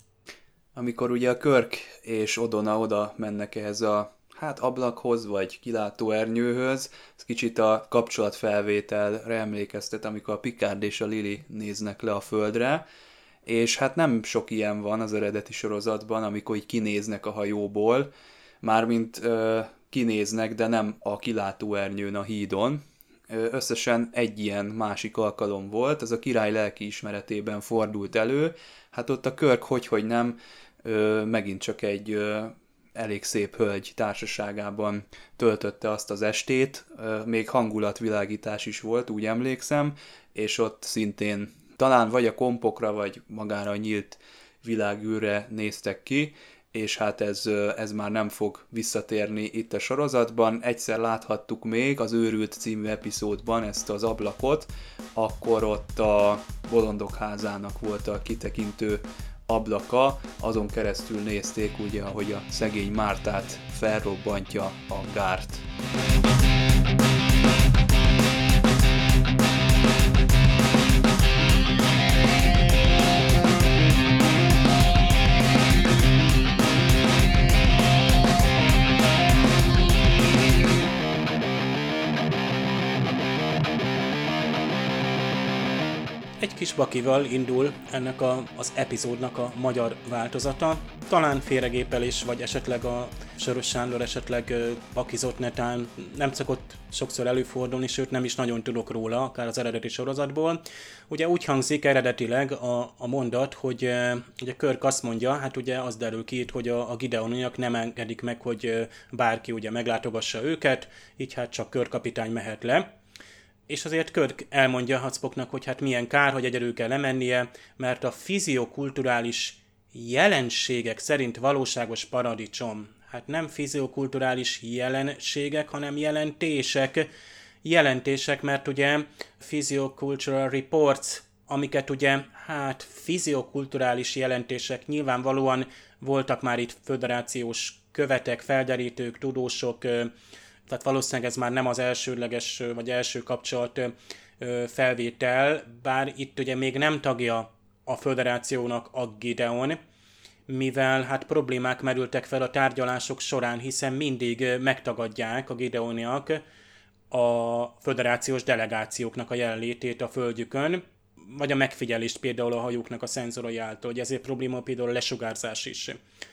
Amikor ugye a Kirk és Odona oda mennek ehhez a hát ablakhoz, vagy kilátóernyőhöz, ez kicsit a kapcsolatfelvételre emlékeztet, amikor a Picard és a Lily néznek le a földre, és hát nem sok ilyen van az eredeti sorozatban, amikor így kinéznek a hajóból, mármint ö, kinéznek, de nem a kilátóernyőn a hídon. Ö, összesen egy ilyen másik alkalom volt, ez a király lelkiismeretében fordult elő, hát ott a Kirk hogyhogy nem, ö, megint csak egy ö, elég szép hölgy társaságában töltötte azt az estét, ö, még hangulatvilágítás is volt, úgy emlékszem, és ott szintén talán vagy a kompokra, vagy magára a nyílt világűrre néztek ki, és hát ez, ez már nem fog visszatérni itt a sorozatban. Egyszer láthattuk még az Őrült című epizódban ezt az ablakot, akkor ott a Bolondok házának volt a kitekintő ablaka, azon keresztül nézték ugye, ahogy a szegény Mártát felrobbantja a gárt. Egy kis bakival indul ennek a, az epizódnak a magyar változata. Talán félregépelés, vagy esetleg a Sörös Sándor esetleg bakizott netán nem szokott sokszor előfordulni, sőt nem is nagyon tudok róla, akár az eredeti sorozatból. Ugye úgy hangzik eredetileg a, a mondat, hogy ugye Kirk azt mondja, hát ugye az derül ki itt, hogy a, a Gideoniak nem engedik meg, hogy bárki ugye meglátogassa őket, így hát csak Kirk kapitány mehet le. És azért Kirk elmondja Spocknak, hogy hát milyen kár, hogy egyedül kell lemennie, mert a fiziokulturális jelenségek szerint valóságos paradicsom. Hát nem fiziokulturális jelenségek, hanem jelentések. Jelentések, mert ugye Physiocultural Reports, amiket ugye, hát fiziokulturális jelentések nyilvánvalóan voltak már itt föderációs követek, felderítők, tudósok, tehát valószínűleg ez már nem az elsődleges, vagy első kapcsolat felvétel, bár itt ugye még nem tagja a föderációnak a Gideon, mivel hát problémák merültek fel a tárgyalások során, hiszen mindig megtagadják a Gideoniak a föderációs delegációknak a jelenlétét a földjükön, vagy a megfigyelést például a hajóknak a szenzorai által, hogy ezért probléma például a lesugárzás is.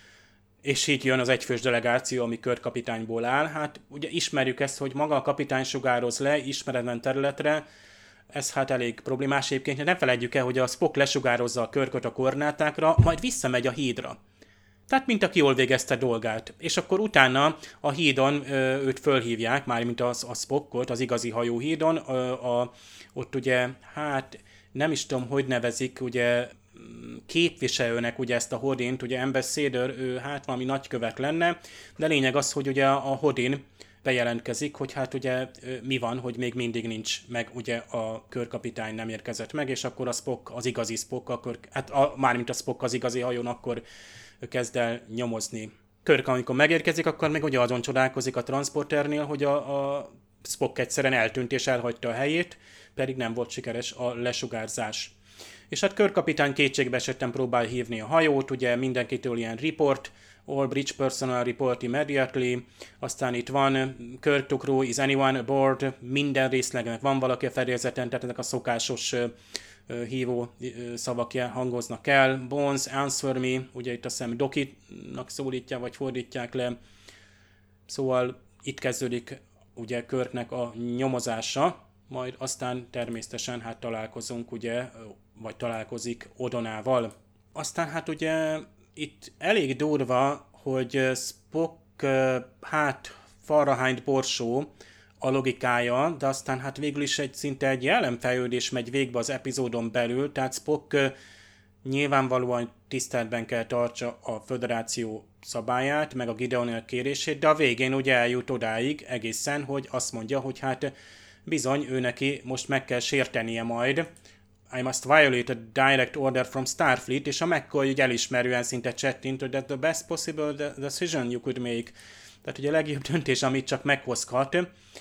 És így jön az egyfős delegáció, ami Kirk kapitányból áll. Hát ugye ismerjük ezt, hogy maga a kapitány sugároz le ismeretlen területre, ez hát elég problémás egyébként. Ne felejtjük el, hogy a Spock lesugározza a Kirköt a koordinátákra, majd visszamegy a hídra. Tehát mint aki jól végezte dolgát. És akkor utána a hídon ö, őt fölhívják, mármint a, a Spockot, az igazi hajóhídon, ö, a, ott ugye, hát nem is tudom, hogy nevezik, ugye képviselőnek ugye ezt a Hodint, ugye Ambassador, ő hát valami nagykövet lenne, de lényeg az, hogy ugye a Hodin bejelentkezik, hogy hát ugye mi van, hogy még mindig nincs meg, ugye a körkapitány nem érkezett meg, és akkor a Spock, az igazi Spock, akkor, hát a, mármint a Spock az igazi hajón, akkor kezd el nyomozni. Kirk, amikor megérkezik, akkor még ugye azon csodálkozik a transporternél, hogy a, a Spock egyszerűen eltűnt és elhagyta a helyét, pedig nem volt sikeres a lesugárzás. És hát Kirk kapitány kétségbe esetten próbál hívni a hajót, ugye mindenkitől ilyen report, all bridge personnel report immediately, aztán itt van Kirk to crew, is anyone aboard, minden részlegnek van valaki a fedélzeten, tehát ezek a szokásos uh, uh, hívó uh, szavak hangoznak el. Bones, answer me, ugye itt azt hiszem Doki-nak szólítják, vagy fordítják le. Szóval itt kezdődik ugye Kirknek a nyomozása, majd aztán természetesen hát találkozunk, ugye, vagy találkozik Odonával. Aztán hát ugye itt elég durva, hogy Spock hát falrahányt borsó a logikája, de aztán hát végül is egy szinte egy jelenfejlődés megy végbe az epizódon belül, tehát Spock nyilvánvalóan tiszteletben kell tartsa a föderáció szabályát, meg a Gideon kérését, de a végén ugye eljut odáig egészen, hogy azt mondja, hogy hát bizony, ő neki most meg kell sértenie majd. I must violate a direct order from Starfleet, és a McCoy ugye elismerően szinte csettint, hogy that's the best possible decision you could make. Tehát ugye a legjobb döntés, amit csak meghozhat.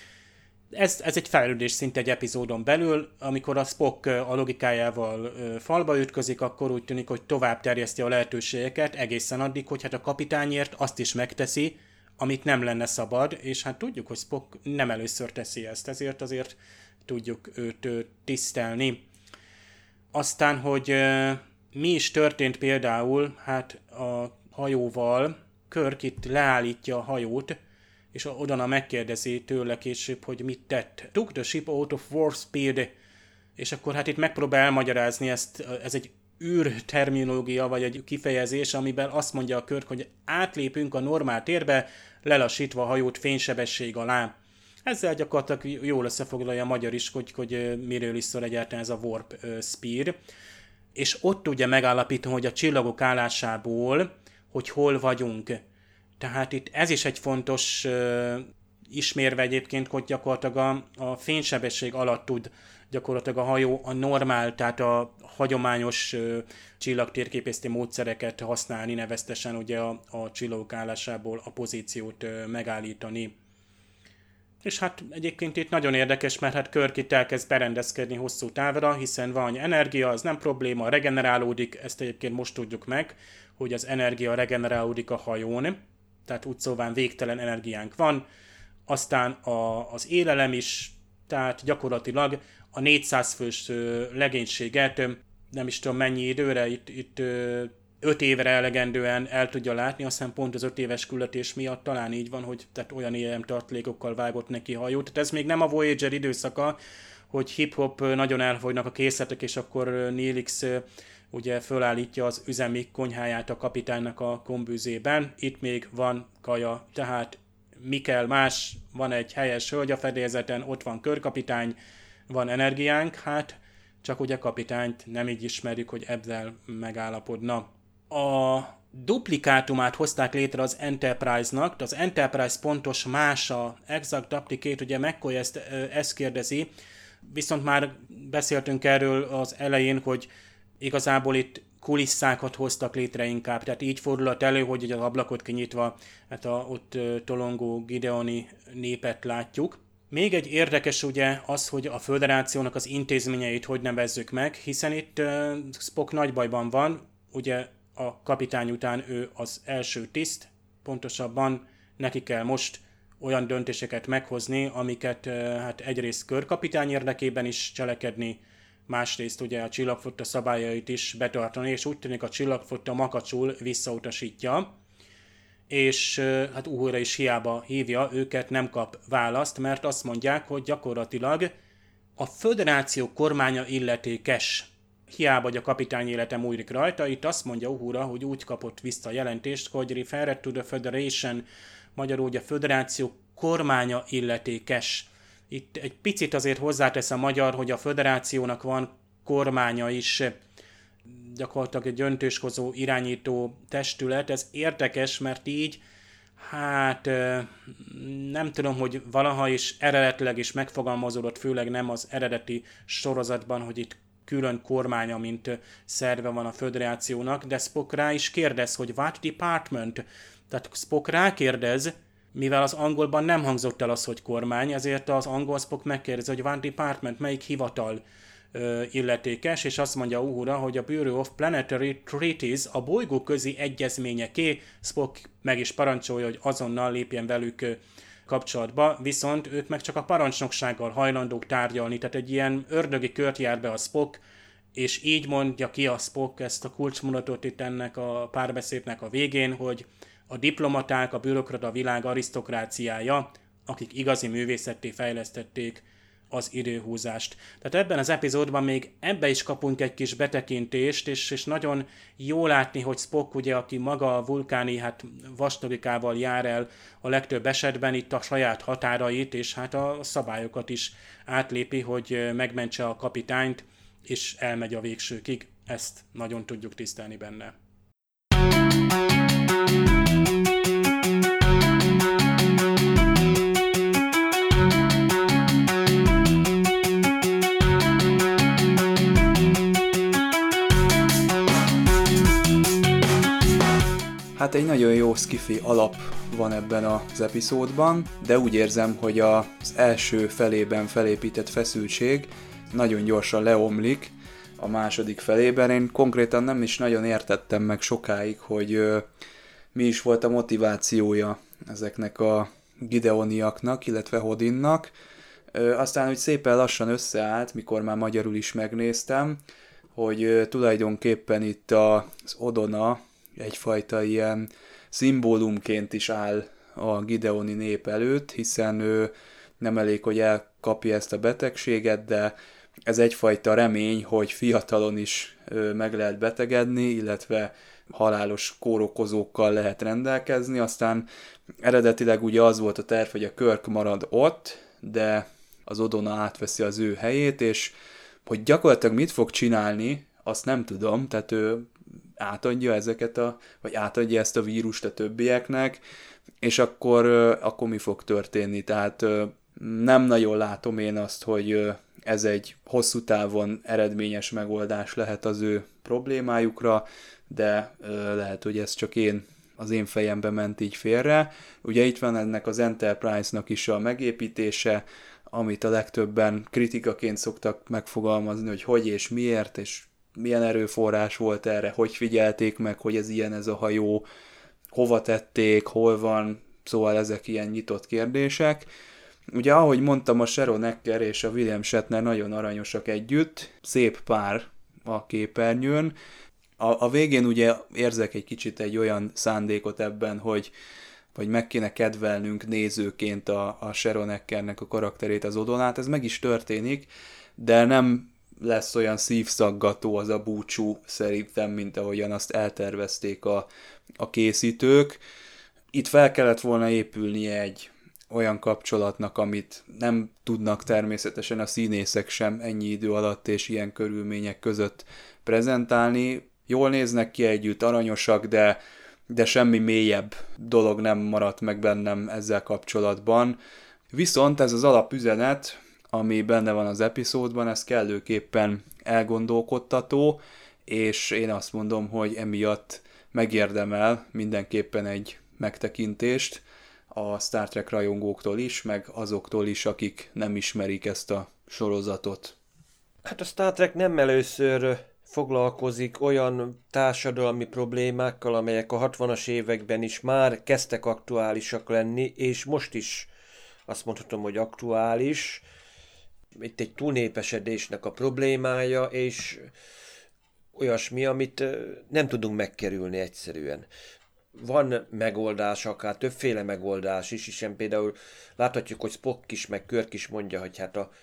Ez, ez egy fejlődés szinte egy epizódon belül, amikor a Spock a logikájával falba ütközik, akkor úgy tűnik, hogy tovább terjeszti a lehetőségeket egészen addig, hogy hát a kapitányért azt is megteszi, amit nem lenne szabad, és hát tudjuk, hogy Spock nem először teszi ezt, ezért azért tudjuk őt tisztelni. Aztán, hogy mi is történt például, hát a hajóval, Kirk itt leállítja a hajót, és oda megkérdezi tőle később, hogy mit tett. Took the ship out of warp speed, és akkor hát itt megpróbál elmagyarázni ezt, ez egy űrterminológia, vagy egy kifejezés, amiben azt mondja a Kirk, hogy átlépünk a normál térbe, lelassítva a hajót fénysebesség alá. Ezzel gyakorlatilag jól összefoglalja a magyar is, hogy, hogy miről is szól egyáltalán ez a warp speed. És ott tudja megállapítani, hogy a csillagok állásából, hogy hol vagyunk. Tehát itt ez is egy fontos uh, ismérve egyébként, hogy gyakorlatilag a, a fénysebesség alatt tud gyakorlatilag a hajó a normál, tehát a hagyományos uh, csillagtérképészeti módszereket használni, neveztesen ugye a, a csillagok állásából a pozíciót uh, megállítani. És hát egyébként itt nagyon érdekes, mert hát Kirk itt elkezd berendezkedni hosszú távra, hiszen van energia, az nem probléma, regenerálódik, ezt egyébként most tudjuk meg, hogy az energia regenerálódik a hajón, tehát úgy szóval végtelen energiánk van, aztán a, az élelem is, tehát gyakorlatilag a négyszáz fős legénységet, nem is tudom mennyi időre, itt, itt öt évre elegendően el tudja látni, aztán pont az öt éves küldetés miatt talán így van, hogy tehát olyan élelem tartalékokkal vágott neki hajót. Tehát ez még nem a Voyager időszaka, hogy hip-hop nagyon elfogynak a készletek, és akkor Neelix ugye fölállítja az üzemi konyháját a kapitánynak a kombüzében. Itt még van kaja, tehát mi kell más, van egy helyes hölgy a fedélzeten, ott van körkapitány, van energiánk, hát csak ugye kapitányt nem így ismerjük, hogy ezzel megállapodna. A duplikátumát hozták létre az Enterprise-nak, de az Enterprise pontos mása, exact duplicate, ugye McCoy ezt, ezt kérdezi, viszont már beszéltünk erről az elején, hogy igazából itt kulisszákat hoztak létre inkább, tehát így fordulhat elő, hogy az ablakot kinyitva hát a ott tolongó gideoni népet látjuk. Még egy érdekes ugye az, hogy a Föderációnak az intézményeit hogy nevezzük meg, hiszen itt uh, Spock nagy bajban van, ugye a kapitány után ő az első tiszt, pontosabban neki kell most olyan döntéseket meghozni, amiket uh, hát egyrészt körkapitány érdekében is cselekedni, másrészt ugye a csillagflotta szabályait is betartani, és úgy tűnik a csillagflotta makacsul visszautasítja, és hát Uhura is hiába hívja, őket nem kap választ, mert azt mondják, hogy gyakorlatilag a Föderáció kormánya illetékes. Hiába, hogy a kapitány élete múlik rajta, itt azt mondja Uhura, hogy úgy kapott vissza a jelentést, hogy referred to the Federation, magyarul ugye a Föderáció kormánya illetékes. Itt egy picit azért hozzátesz a magyar, hogy a Föderációnak van kormánya is, gyakorlatilag egy döntéshozó irányító testület. Ez érdekes, mert így, hát nem tudom, hogy valaha is eredetileg is megfogalmazódott, főleg nem az eredeti sorozatban, hogy itt külön kormánya, mint szerve van a Föderációnak, de Spock rá is kérdez, hogy what department? Tehát Spock rákérdez, mivel az angolban nem hangzott el az, hogy kormány, ezért az angol Spock megkérdezi, hogy what department, melyik hivatal illetékes, és azt mondja Uhura, hogy a Bureau of Planetary Treaties a bolygóközi egyezményeké. Spock meg is parancsolja, hogy azonnal lépjen velük kapcsolatba, viszont ők meg csak a parancsnoksággal hajlandók tárgyalni, tehát egy ilyen ördögi kört jár be a Spock, és így mondja ki a Spock ezt a kulcsmondatot itt ennek a párbeszédnek a végén, hogy a diplomaták, a bürokrata világ arisztokráciája, akik igazi művészetté fejlesztették az időhúzást. Tehát ebben az epizódban még ebbe is kapunk egy kis betekintést, és, és nagyon jó látni, hogy Spock, ugye, aki maga a vulkáni hát vastagikával jár el a legtöbb esetben, itt a saját határait, és hát a szabályokat is átlépi, hogy megmentse a kapitányt, és elmegy a végsőkig. Ezt nagyon tudjuk tisztelni benne. Hát egy nagyon jó skifi alap van ebben az epizódban, de úgy érzem, hogy az első felében felépített feszültség nagyon gyorsan leomlik a második felében. Én konkrétan nem is nagyon értettem meg sokáig, hogy mi is volt a motivációja ezeknek a gideoniaknak, illetve Hodinnak. Aztán, hogy szépen lassan összeállt, mikor már magyarul is megnéztem, hogy tulajdonképpen itt az Odona egyfajta ilyen szimbólumként is áll a gideoni nép előtt, hiszen ő nem elég, hogy elkapja ezt a betegséget, de ez egyfajta remény, hogy fiatalon is meg lehet betegedni, illetve halálos kórokozókkal lehet rendelkezni. Aztán eredetileg ugye az volt a terv, hogy a Kirk marad ott, de az Odona átveszi az ő helyét, és hogy gyakorlatilag mit fog csinálni, azt nem tudom, tehát ő átadja ezeket a, vagy átadja ezt a vírust a többieknek, és akkor, akkor mi fog történni? Tehát nem nagyon látom én azt, hogy ez egy hosszú távon eredményes megoldás lehet az ő problémájukra, de lehet, hogy ez csak én, az én fejembe ment így félre. Ugye itt van ennek az Enterprise-nak is a megépítése, amit a legtöbben kritikaként szoktak megfogalmazni, hogy hogy és miért, és milyen erőforrás volt erre, hogy figyelték meg, hogy ez ilyen ez a hajó, hova tették, hol van, szóval ezek ilyen nyitott kérdések. Ugye, ahogy mondtam, a Sharon Necker és a William Shatner nagyon aranyosak együtt, szép pár a képernyőn. A, a végén ugye érzek egy kicsit egy olyan szándékot ebben, hogy vagy meg kéne kedvelnünk nézőként a, a Sharon Neckernek a karakterét, az Odonát, ez meg is történik, de nem lesz olyan szívszaggató az a búcsú szerintem, mint ahogyan azt eltervezték a, a készítők. Itt fel kellett volna épülnie egy olyan kapcsolatnak, amit nem tudnak természetesen a színészek sem ennyi idő alatt és ilyen körülmények között prezentálni. Jól néznek ki együtt, aranyosak, de, de semmi mélyebb dolog nem maradt meg bennem ezzel kapcsolatban. Viszont ez az alapüzenet, ami benne van az epizódban, ez kellőképpen elgondolkodtató, és én azt mondom, hogy emiatt megérdemel mindenképpen egy megtekintést a Star Trek rajongóktól is, meg azoktól is, akik nem ismerik ezt a sorozatot. Hát a Star Trek nem először foglalkozik olyan társadalmi problémákkal, amelyek a hatvanas években is már kezdtek aktuálisak lenni, és most is azt mondhatom, hogy aktuális. Itt egy túlnépesedésnek a problémája, és olyasmi, amit nem tudunk megkerülni egyszerűen. Van megoldás, akár többféle megoldás is, hiszen például láthatjuk, hogy Spock is, meg Kirk is mondja, hogy hát a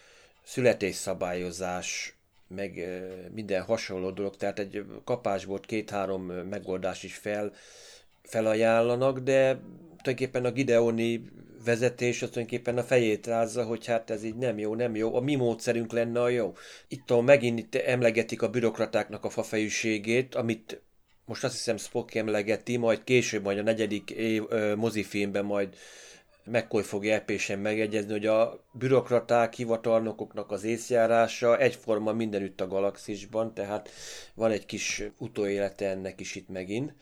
születésszabályozás, meg minden hasonló dolog, tehát egy kapásból két-három megoldás is fel, felajánlanak, de tulajdonképpen a gideoni vezetés az tulajdonképpen a fejét rázza, hogy hát ez így nem jó, nem jó, a mi módszerünk lenne a jó. Itt ahol megint itt emlegetik a bürokratáknak a fafejűségét, amit most azt hiszem Spock emlegeti, majd később, majd a negyedik év, ö, mozifilmben majd McCoy fogja epésen megegyezni, hogy a bürokraták, hivatalnokoknak az észjárása egyforma mindenütt a galaxisban, tehát van egy kis utóélete ennek is itt megint.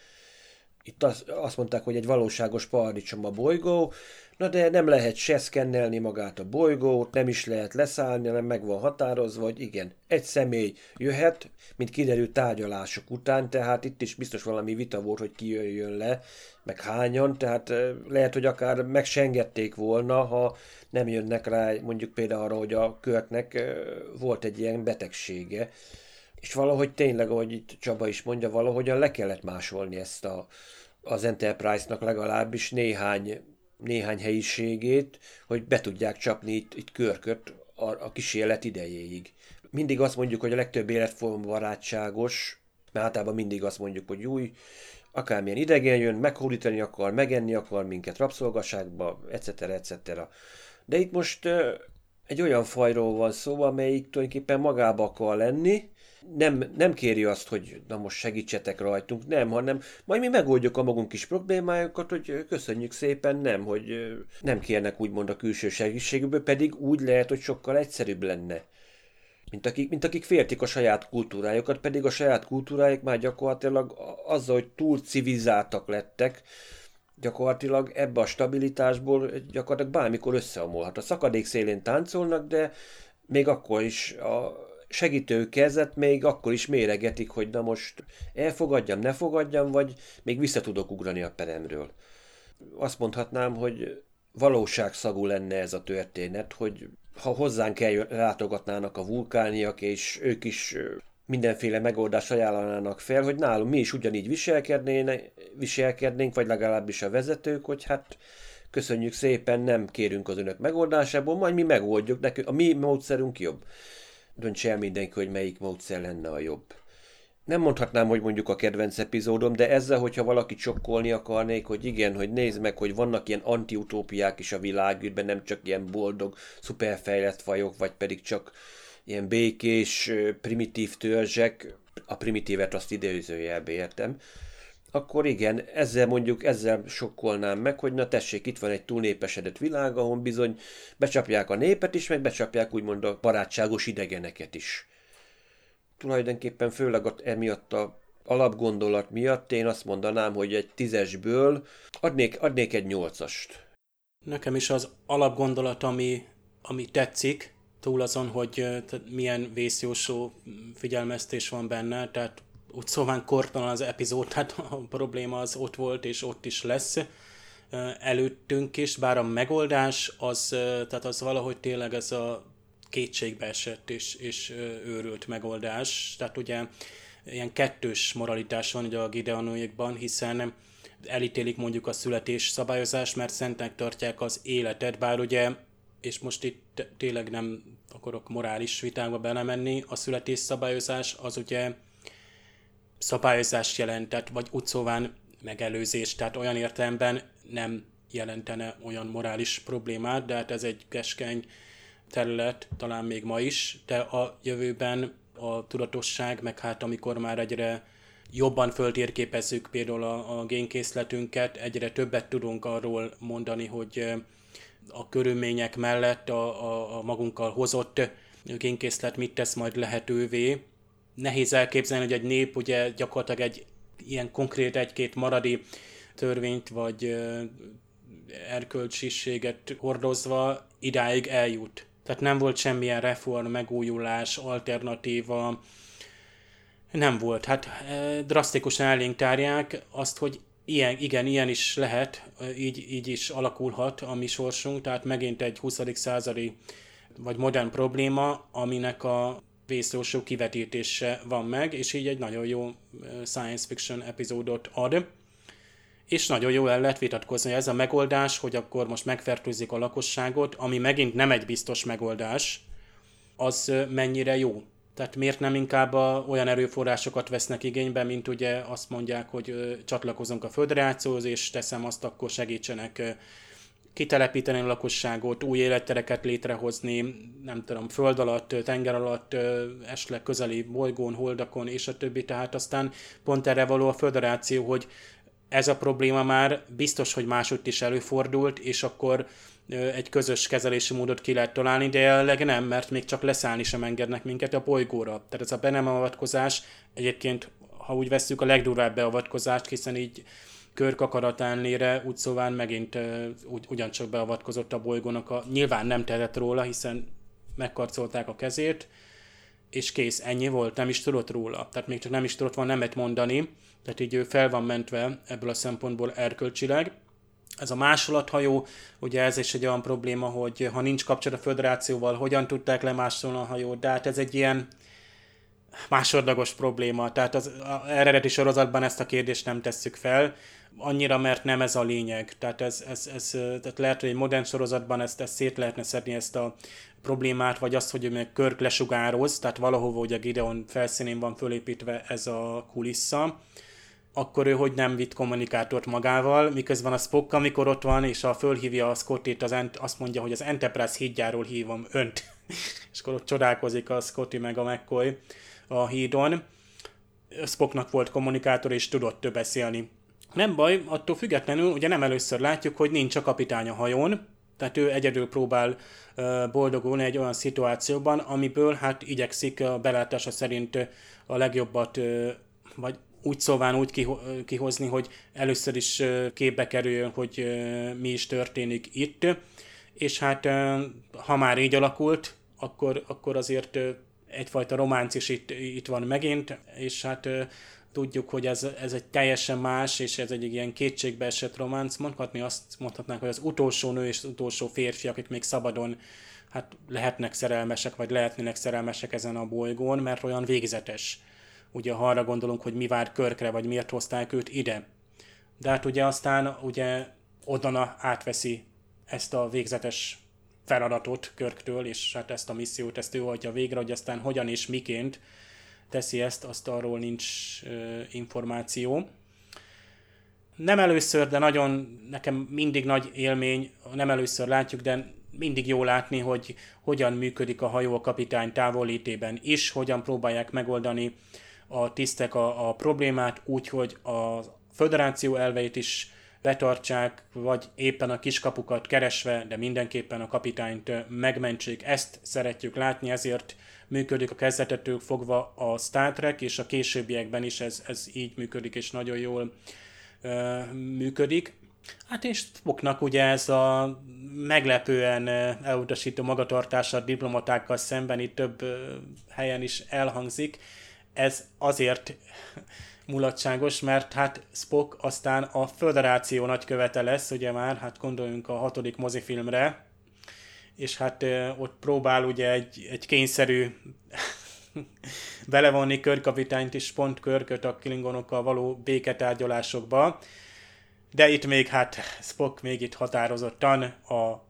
Itt az, azt mondták, hogy egy valóságos paradicsom a bolygó, na de nem lehet se szkennelni magát a bolygót, nem is lehet leszállni, hanem meg van határozva, hogy igen, egy személy jöhet, mint kiderült tárgyalások után, tehát itt is biztos valami vita volt, hogy ki jöjjön le, meg hányan, tehát lehet, hogy akár megsengették volna, ha nem jönnek rá mondjuk például arra, hogy a Kirknek volt egy ilyen betegsége, és valahogy tényleg, ahogy itt Csaba is mondja, valahogyan le kellett másolni ezt a, az Enterprise-nak legalábbis néhány, néhány helyiségét, hogy be tudják csapni itt, itt Kirköt a, a kísérlet idejéig. Mindig azt mondjuk, hogy a legtöbb életforma barátságos, mert általában mindig azt mondjuk, hogy új, akármilyen idegen jön, meghódítani akar, megenni akar minket rabszolgaságba, et cetera et cetera. De itt most uh, egy olyan fajról van szó, amelyik tulajdonképpen magába akar lenni, Nem, nem kéri azt, hogy na most segítsetek rajtunk, nem, hanem majd mi megoldjuk a magunk kis problémájukat, hogy köszönjük szépen, nem, hogy nem kérnek úgymond a külső segítségükből, pedig úgy lehet, hogy sokkal egyszerűbb lenne. Mint akik, mint akik féltik a saját kultúrájukat, pedig a saját kultúrájuk már gyakorlatilag azzal, hogy túl civilizáltak lettek, gyakorlatilag ebbe a stabilitásból gyakorlatilag bármikor összeomolhat. A szakadék szélén táncolnak, de még akkor is a segítő kezet még akkor is méregetik, hogy na most elfogadjam, ne fogadjam, vagy még vissza tudok ugrani a peremről. Azt mondhatnám, hogy valóságszagú lenne ez a történet, hogy ha hozzánk el látogatnának a vulkániak, és ők is mindenféle megoldást ajánlanának fel, hogy nálunk mi is ugyanígy viselkednénk, viselkednénk, vagy legalábbis a vezetők, hogy hát köszönjük szépen, nem kérünk az önök megoldásából, majd mi megoldjuk, nekünk a mi módszerünk jobb. Döntse el mindenki, hogy melyik módszer lenne a jobb. Nem mondhatnám, hogy mondjuk a kedvenc epizódom, de ezzel, hogyha valakit sokkolni akarnék, hogy igen, hogy nézd meg, hogy vannak ilyen antiutópiák is a világűrben, nem csak ilyen boldog, szuperfejlett fajok, vagy pedig csak ilyen békés, primitív törzsek, a primitívet azt idézőjelbe értem, akkor igen, ezzel mondjuk, ezzel sokkolnám meg, hogy na tessék, itt van egy túlnépesedett világ, ahol bizony becsapják a népet is, meg becsapják úgymond a barátságos idegeneket is. Tulajdonképpen főleg emiatt a alapgondolat miatt én azt mondanám, hogy egy tízesből adnék, adnék egy nyolcast. Nekem is az alapgondolat, ami, ami tetszik, túl azon, hogy milyen vészjósó figyelmeztés van benne, tehát úgy szóval kortalan az epizód, tehát a probléma az ott volt, és ott is lesz előttünk is, bár a megoldás az, tehát az valahogy tényleg ez a kétségbe esett és, és őrült megoldás. Tehát ugye ilyen kettős moralitás van ugye a Gideonóékban, hiszen elítélik mondjuk a születés szabályozást, mert szentnek tartják az életet, bár ugye, és most itt tényleg nem akarok morális vitákba belemenni, a születés szabályozás az ugye szabályozást jelentett, vagy úgy szóván megelőzés, tehát olyan értelemben nem jelentene olyan morális problémát, de hát ez egy keskeny terület, talán még ma is, de a jövőben a tudatosság, meg hát amikor már egyre jobban föltérképezzük például a, a génkészletünket, egyre többet tudunk arról mondani, hogy a körülmények mellett a, a, a magunkkal hozott génkészlet mit tesz majd lehetővé. Nehéz elképzelni, hogy egy nép ugye gyakorlatilag egy ilyen konkrét egy-két maradi törvényt vagy erkölcsiséget hordozva idáig eljut. Tehát nem volt semmilyen reform, megújulás, alternatíva, nem volt. Hát drasztikusan elénk tárják azt, hogy ilyen, igen, ilyen is lehet, így, így is alakulhat a mi sorsunk, tehát megint egy huszadik századi vagy modern probléma, aminek a vészjósó kivetítése van meg, és így egy nagyon jó science fiction epizódot ad. És nagyon jól el lehet vitatkozni, ez a megoldás, hogy akkor most megfertőzik a lakosságot, ami megint nem egy biztos megoldás, az mennyire jó. Tehát miért nem inkább a, olyan erőforrásokat vesznek igénybe, mint ugye azt mondják, hogy ö, csatlakozunk a föderációhoz, és teszem azt, akkor segítsenek ö, kitelepíteni a lakosságot, új élettereket létrehozni, nem tudom, föld alatt, tenger alatt, ö, esetleg közeli bolygón, holdakon, és a többi. Tehát aztán pont erre való a föderáció, hogy ez a probléma már biztos, hogy másutt is előfordult, és akkor egy közös kezelési módot ki lehet találni, de jelenleg nem, mert még csak leszállni sem engednek minket a bolygóra. Tehát ez a be nem avatkozás egyébként, ha úgy vesszük, a legdurvább beavatkozást, hiszen így Kirk akaratánlére úgy szóval megint ugy, ugyancsak beavatkozott a bolygónak. A, nyilván nem tehetett róla, hiszen megkarcolták a kezét, és kész, ennyi volt, nem is tudott róla. Tehát még csak nem is tudott volna nemet mondani, tehát így ő fel van mentve ebből a szempontból erkölcsileg. Ez a másolethajó, ugye ez is egy olyan probléma, hogy ha nincs kapcsolat a föderációval, hogyan tudták lemásolni a hajót, de hát ez egy ilyen másodlagos probléma. Tehát az eredeti sorozatban ezt a kérdést nem tesszük fel, annyira, mert nem ez a lényeg. Tehát, ez, ez, ez, tehát lehet, hogy egy modern sorozatban ezt, ezt szét lehetne szedni, ezt a problémát, vagy azt, hogy meg Kirk lesugároz, tehát valahova ugye Gideon felszínén van fölépítve ez a kulissza, akkor ő hogy nem vitt kommunikátort magával, miközben a Spock, amikor ott van, és a fölhívja a Scottit, az ent, azt mondja, hogy az Enterprise hídjáról hívom önt. És akkor ott csodálkozik a Scotty meg a McCoy a hídon. Spocknak volt kommunikátor, és tudott beszélni. Nem baj, attól függetlenül ugye nem először látjuk, hogy nincs a kapitány a hajón, tehát ő egyedül próbál uh, boldogulni egy olyan szituációban, amiből hát igyekszik a belátása szerint a legjobbat, uh, vagy úgy szóván úgy kihozni, hogy először is képbe kerüljön, hogy mi is történik itt, és hát ha már így alakult, akkor, akkor azért egyfajta románc is itt, itt van megint, és hát tudjuk, hogy ez, ez egy teljesen más, és ez egy ilyen kétségbe esett románc. Mondhatni azt mondhatnánk, hogy az utolsó nő és az utolsó férfi, akik még szabadon hát lehetnek szerelmesek, vagy lehetnének szerelmesek ezen a bolygón, mert olyan végzetes. Ugye ha arra gondolunk, hogy mi vár Kirkre, vagy miért hozták őt ide. De hát ugye aztán ugye Odona átveszi ezt a végzetes feladatot Kirktől, és hát ezt a missziót, ezt ő hagyja végre, hogy aztán hogyan és miként teszi ezt, azt arról nincs ö, információ. Nem először, de nagyon, nekem mindig nagy élmény, nem először látjuk, de mindig jó látni, hogy hogyan működik a hajó a kapitány távollétében is, hogyan próbálják megoldani a tisztek a, a problémát úgy, hogy a föderáció elveit is betartsák, vagy éppen a kiskapukat keresve, de mindenképpen a kapitányt megmentsék. Ezt szeretjük látni, ezért működik a kezdetettől fogva a Star Trek, és a későbbiekben is ez, ez így működik, és nagyon jól uh, működik. Hát és Spocknak ugye ez a meglepően elutasító magatartása a diplomatákkal szemben itt több uh, helyen is elhangzik. Ez azért mulatságos, mert hát Spock aztán a Föderáció nagykövete lesz, ugye már, hát gondoljunk a hatodik mozifilmre, és hát ott próbál ugye egy, egy kényszerű belevonni Kirk kapitányt is, pont Kirköt a klingonokkal való béketárgyalásokba, de itt még hát Spock még itt határozottan a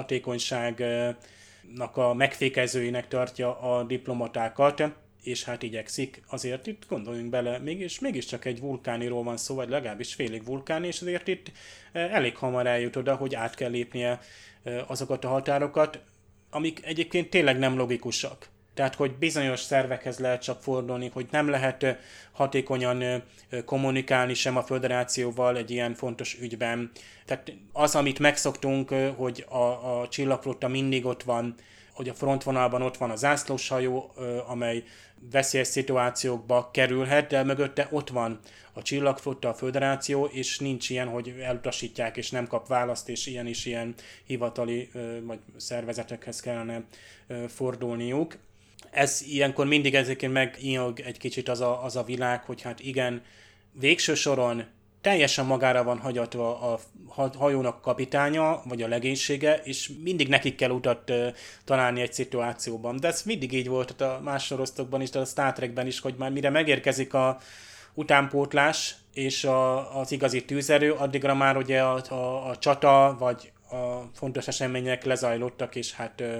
hatékonyságnak a megfékezőinek tartja a diplomatákat, és hát igyekszik, azért itt gondoljunk bele, mégis, mégiscsak egy vulkániról van szó, vagy legalábbis félig vulkáni, és azért itt elég hamar eljut oda, hogy át kell lépnie azokat a határokat, amik egyébként tényleg nem logikusak. Tehát, hogy bizonyos szervekhez lehet csak fordulni, hogy nem lehet hatékonyan kommunikálni sem a föderációval egy ilyen fontos ügyben. Tehát az, amit megszoktunk, hogy a, a csillagflotta mindig ott van, hogy a frontvonalban ott van a zászlóshajó, amely veszélyes szituációkba kerülhet, de mögötte ott van a csillagflotta, a föderáció, és nincs ilyen, hogy elutasítják, és nem kap választ, és ilyen is ilyen hivatali vagy szervezetekhez kellene fordulniuk. Ez ilyenkor mindig ezekén meginyog egy kicsit az a, az a világ, hogy hát igen, végső soron teljesen magára van hagyatva a hajónak kapitánya, vagy a legénysége, és mindig nekik kell utat uh, találni egy szituációban. De ez mindig így volt a más sorosztokban is, de a Star Trekben is, hogy már mire megérkezik a utánpótlás és a, az igazi tűzerő, addigra már ugye a, a, a csata, vagy a fontos események lezajlottak, és hát uh,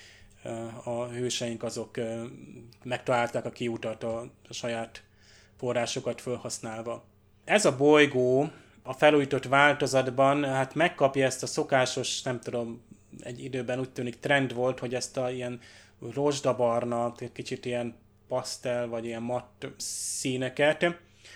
uh, a hőseink azok uh, megtalálták a kiutat a, a saját forrásokat felhasználva. Ez a bolygó a felújított változatban hát megkapja ezt a szokásos, nem tudom, egy időben úgy tűnik trend volt, hogy ezt a ilyen rozsdabarna, kicsit ilyen pasztel, vagy ilyen matt színeket,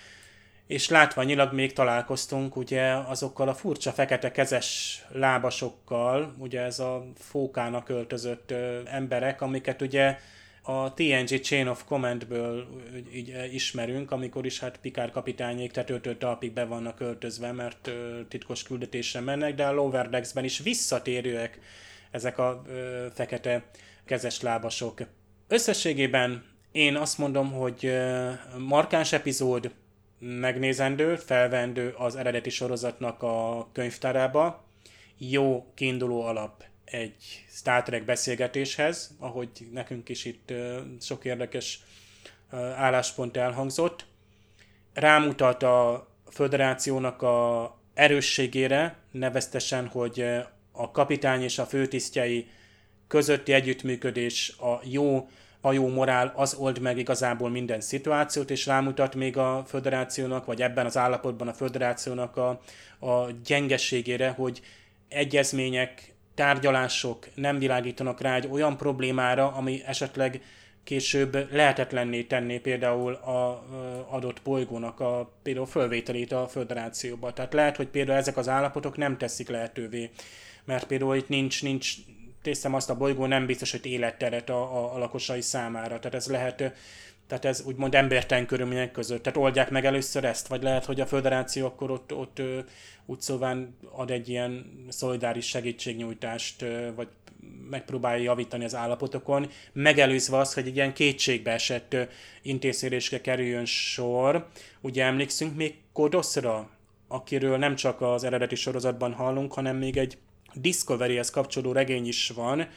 és látványilag még találkoztunk ugye azokkal a furcsa fekete kezes lábasokkal, ugye ez a fókának öltözött ö, emberek, amiket ugye a té en gé Chain of Command-ből így ismerünk, amikor is hát Picard kapitányék tetőtől talpig be vannak öltözve, mert ö, titkos küldetésre mennek, de a Lower Decks-ben is visszatérőek ezek a ö, fekete kezes lábasok. Összességében én azt mondom, hogy ö, markáns epizód, megnézendő, felvendő az eredeti sorozatnak a könyvtárába, jó kiinduló alap egy Star Trek beszélgetéshez, ahogy nekünk is itt uh, sok érdekes uh, álláspont elhangzott. Rámutat a föderációnak a erősségére, neveztesen, hogy uh, a kapitány és a főtisztjei közötti együttműködés, a jó, a jó morál, az old meg igazából minden szituációt, és rámutat még a föderációnak, vagy ebben az állapotban a föderációnak a, a gyengeségére, hogy egyezmények, tárgyalások nem világítanak rá egy olyan problémára, ami esetleg később lehetetlenné tenné például a adott bolygónak a például fölvételét a föderációba. Tehát lehet, hogy például ezek az állapotok nem teszik lehetővé, mert például itt nincs, nincs tészem azt a bolygó nem biztos, hogy életteret a, a, a lakosai számára. Tehát ez lehet, tehát ez úgymond embertelen körülmények között. Tehát oldják meg először ezt, vagy lehet, hogy a föderáció akkor ott, ott úgy szóval ad egy ilyen szolidáris segítségnyújtást, vagy megpróbálja javítani az állapotokon, megelőzve azt, hogy egy ilyen kétségbe esett intézkedésre kerüljön sor. Ugye emlékszünk még Kodosra, akiről nem csak az eredeti sorozatban hallunk, hanem még egy Discoveryhez kapcsolódó regény is van,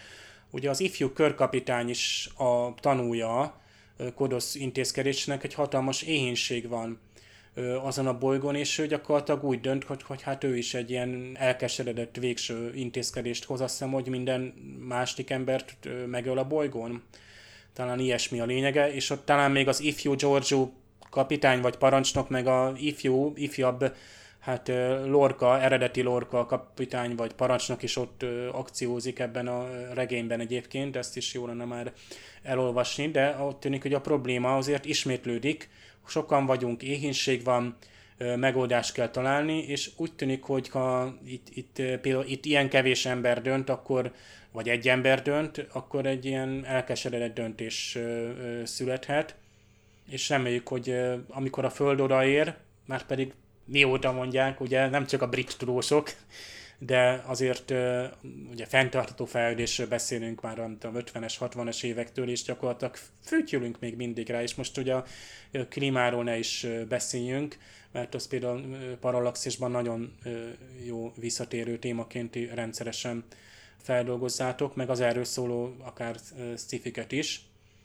Ugye az ifjú körkapitány is a tanúja Kodosz intézkedésnek, egy hatalmas éhínség van azon a bolygón, és ő gyakorlatilag úgy dönt, hogy, hogy hát ő is egy ilyen elkeseredett végső intézkedést hoz, azt hiszem, hogy minden másik embert megöl a bolygón. Talán ilyesmi a lényege, és ott talán még az ifjú Giorgio kapitány vagy parancsnok, meg a ifjú, ifjabb, hát Lorca, eredeti Lorca kapitány vagy parancsnok is ott akciózik ebben a regényben egyébként, ezt is jó lenne már elolvasni, de ott tűnik, hogy a probléma azért ismétlődik, sokan vagyunk, éhínség van, megoldást kell találni, és úgy tűnik, hogy ha itt, itt, például itt ilyen kevés ember dönt, akkor, vagy egy ember dönt, akkor egy ilyen elkeseredett döntés születhet, és reméljük, hogy amikor a Föld odaér, már pedig mióta mondják, ugye nem csak a brit tudósok, de azért ugye fenntartható fejlődésről beszélünk már a ötvenes, hatvanas évektől, és gyakorlatilag fütyülünk még mindig rá, és most ugye a klímáról ne is beszéljünk, mert az például Parallaxisban nagyon jó visszatérő témaként rendszeresen feldolgozzátok, meg az erről szóló akár sci-fiket is.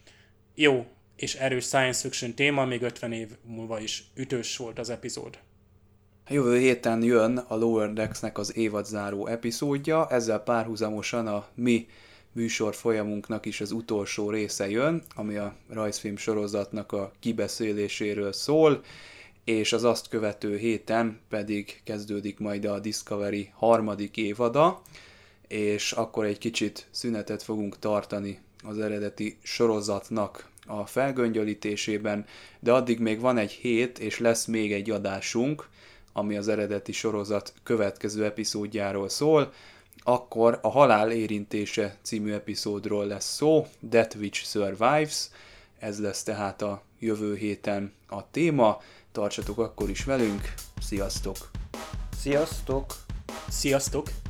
Jó és erős science fiction téma, még ötven év múlva is ütős volt az epizód. Jövő héten jön a Lower Decks-nek az évadzáró epizódja, ezzel párhuzamosan a mi műsor folyamunknak is az utolsó része jön, ami a rajzfilm sorozatnak a kibeszéléséről szól, és az azt követő héten pedig kezdődik majd a Discovery harmadik évada, és akkor egy kicsit szünetet fogunk tartani az eredeti sorozatnak a felgöngyölítésében, de addig még van egy hét, és lesz még egy adásunk, ami az eredeti sorozat következő epizódjáról szól, akkor a Halál érintése című epizódról lesz szó, That Which Survives, ez lesz tehát a jövő héten a téma, tartsatok akkor is velünk, sziasztok! Sziasztok! Sziasztok!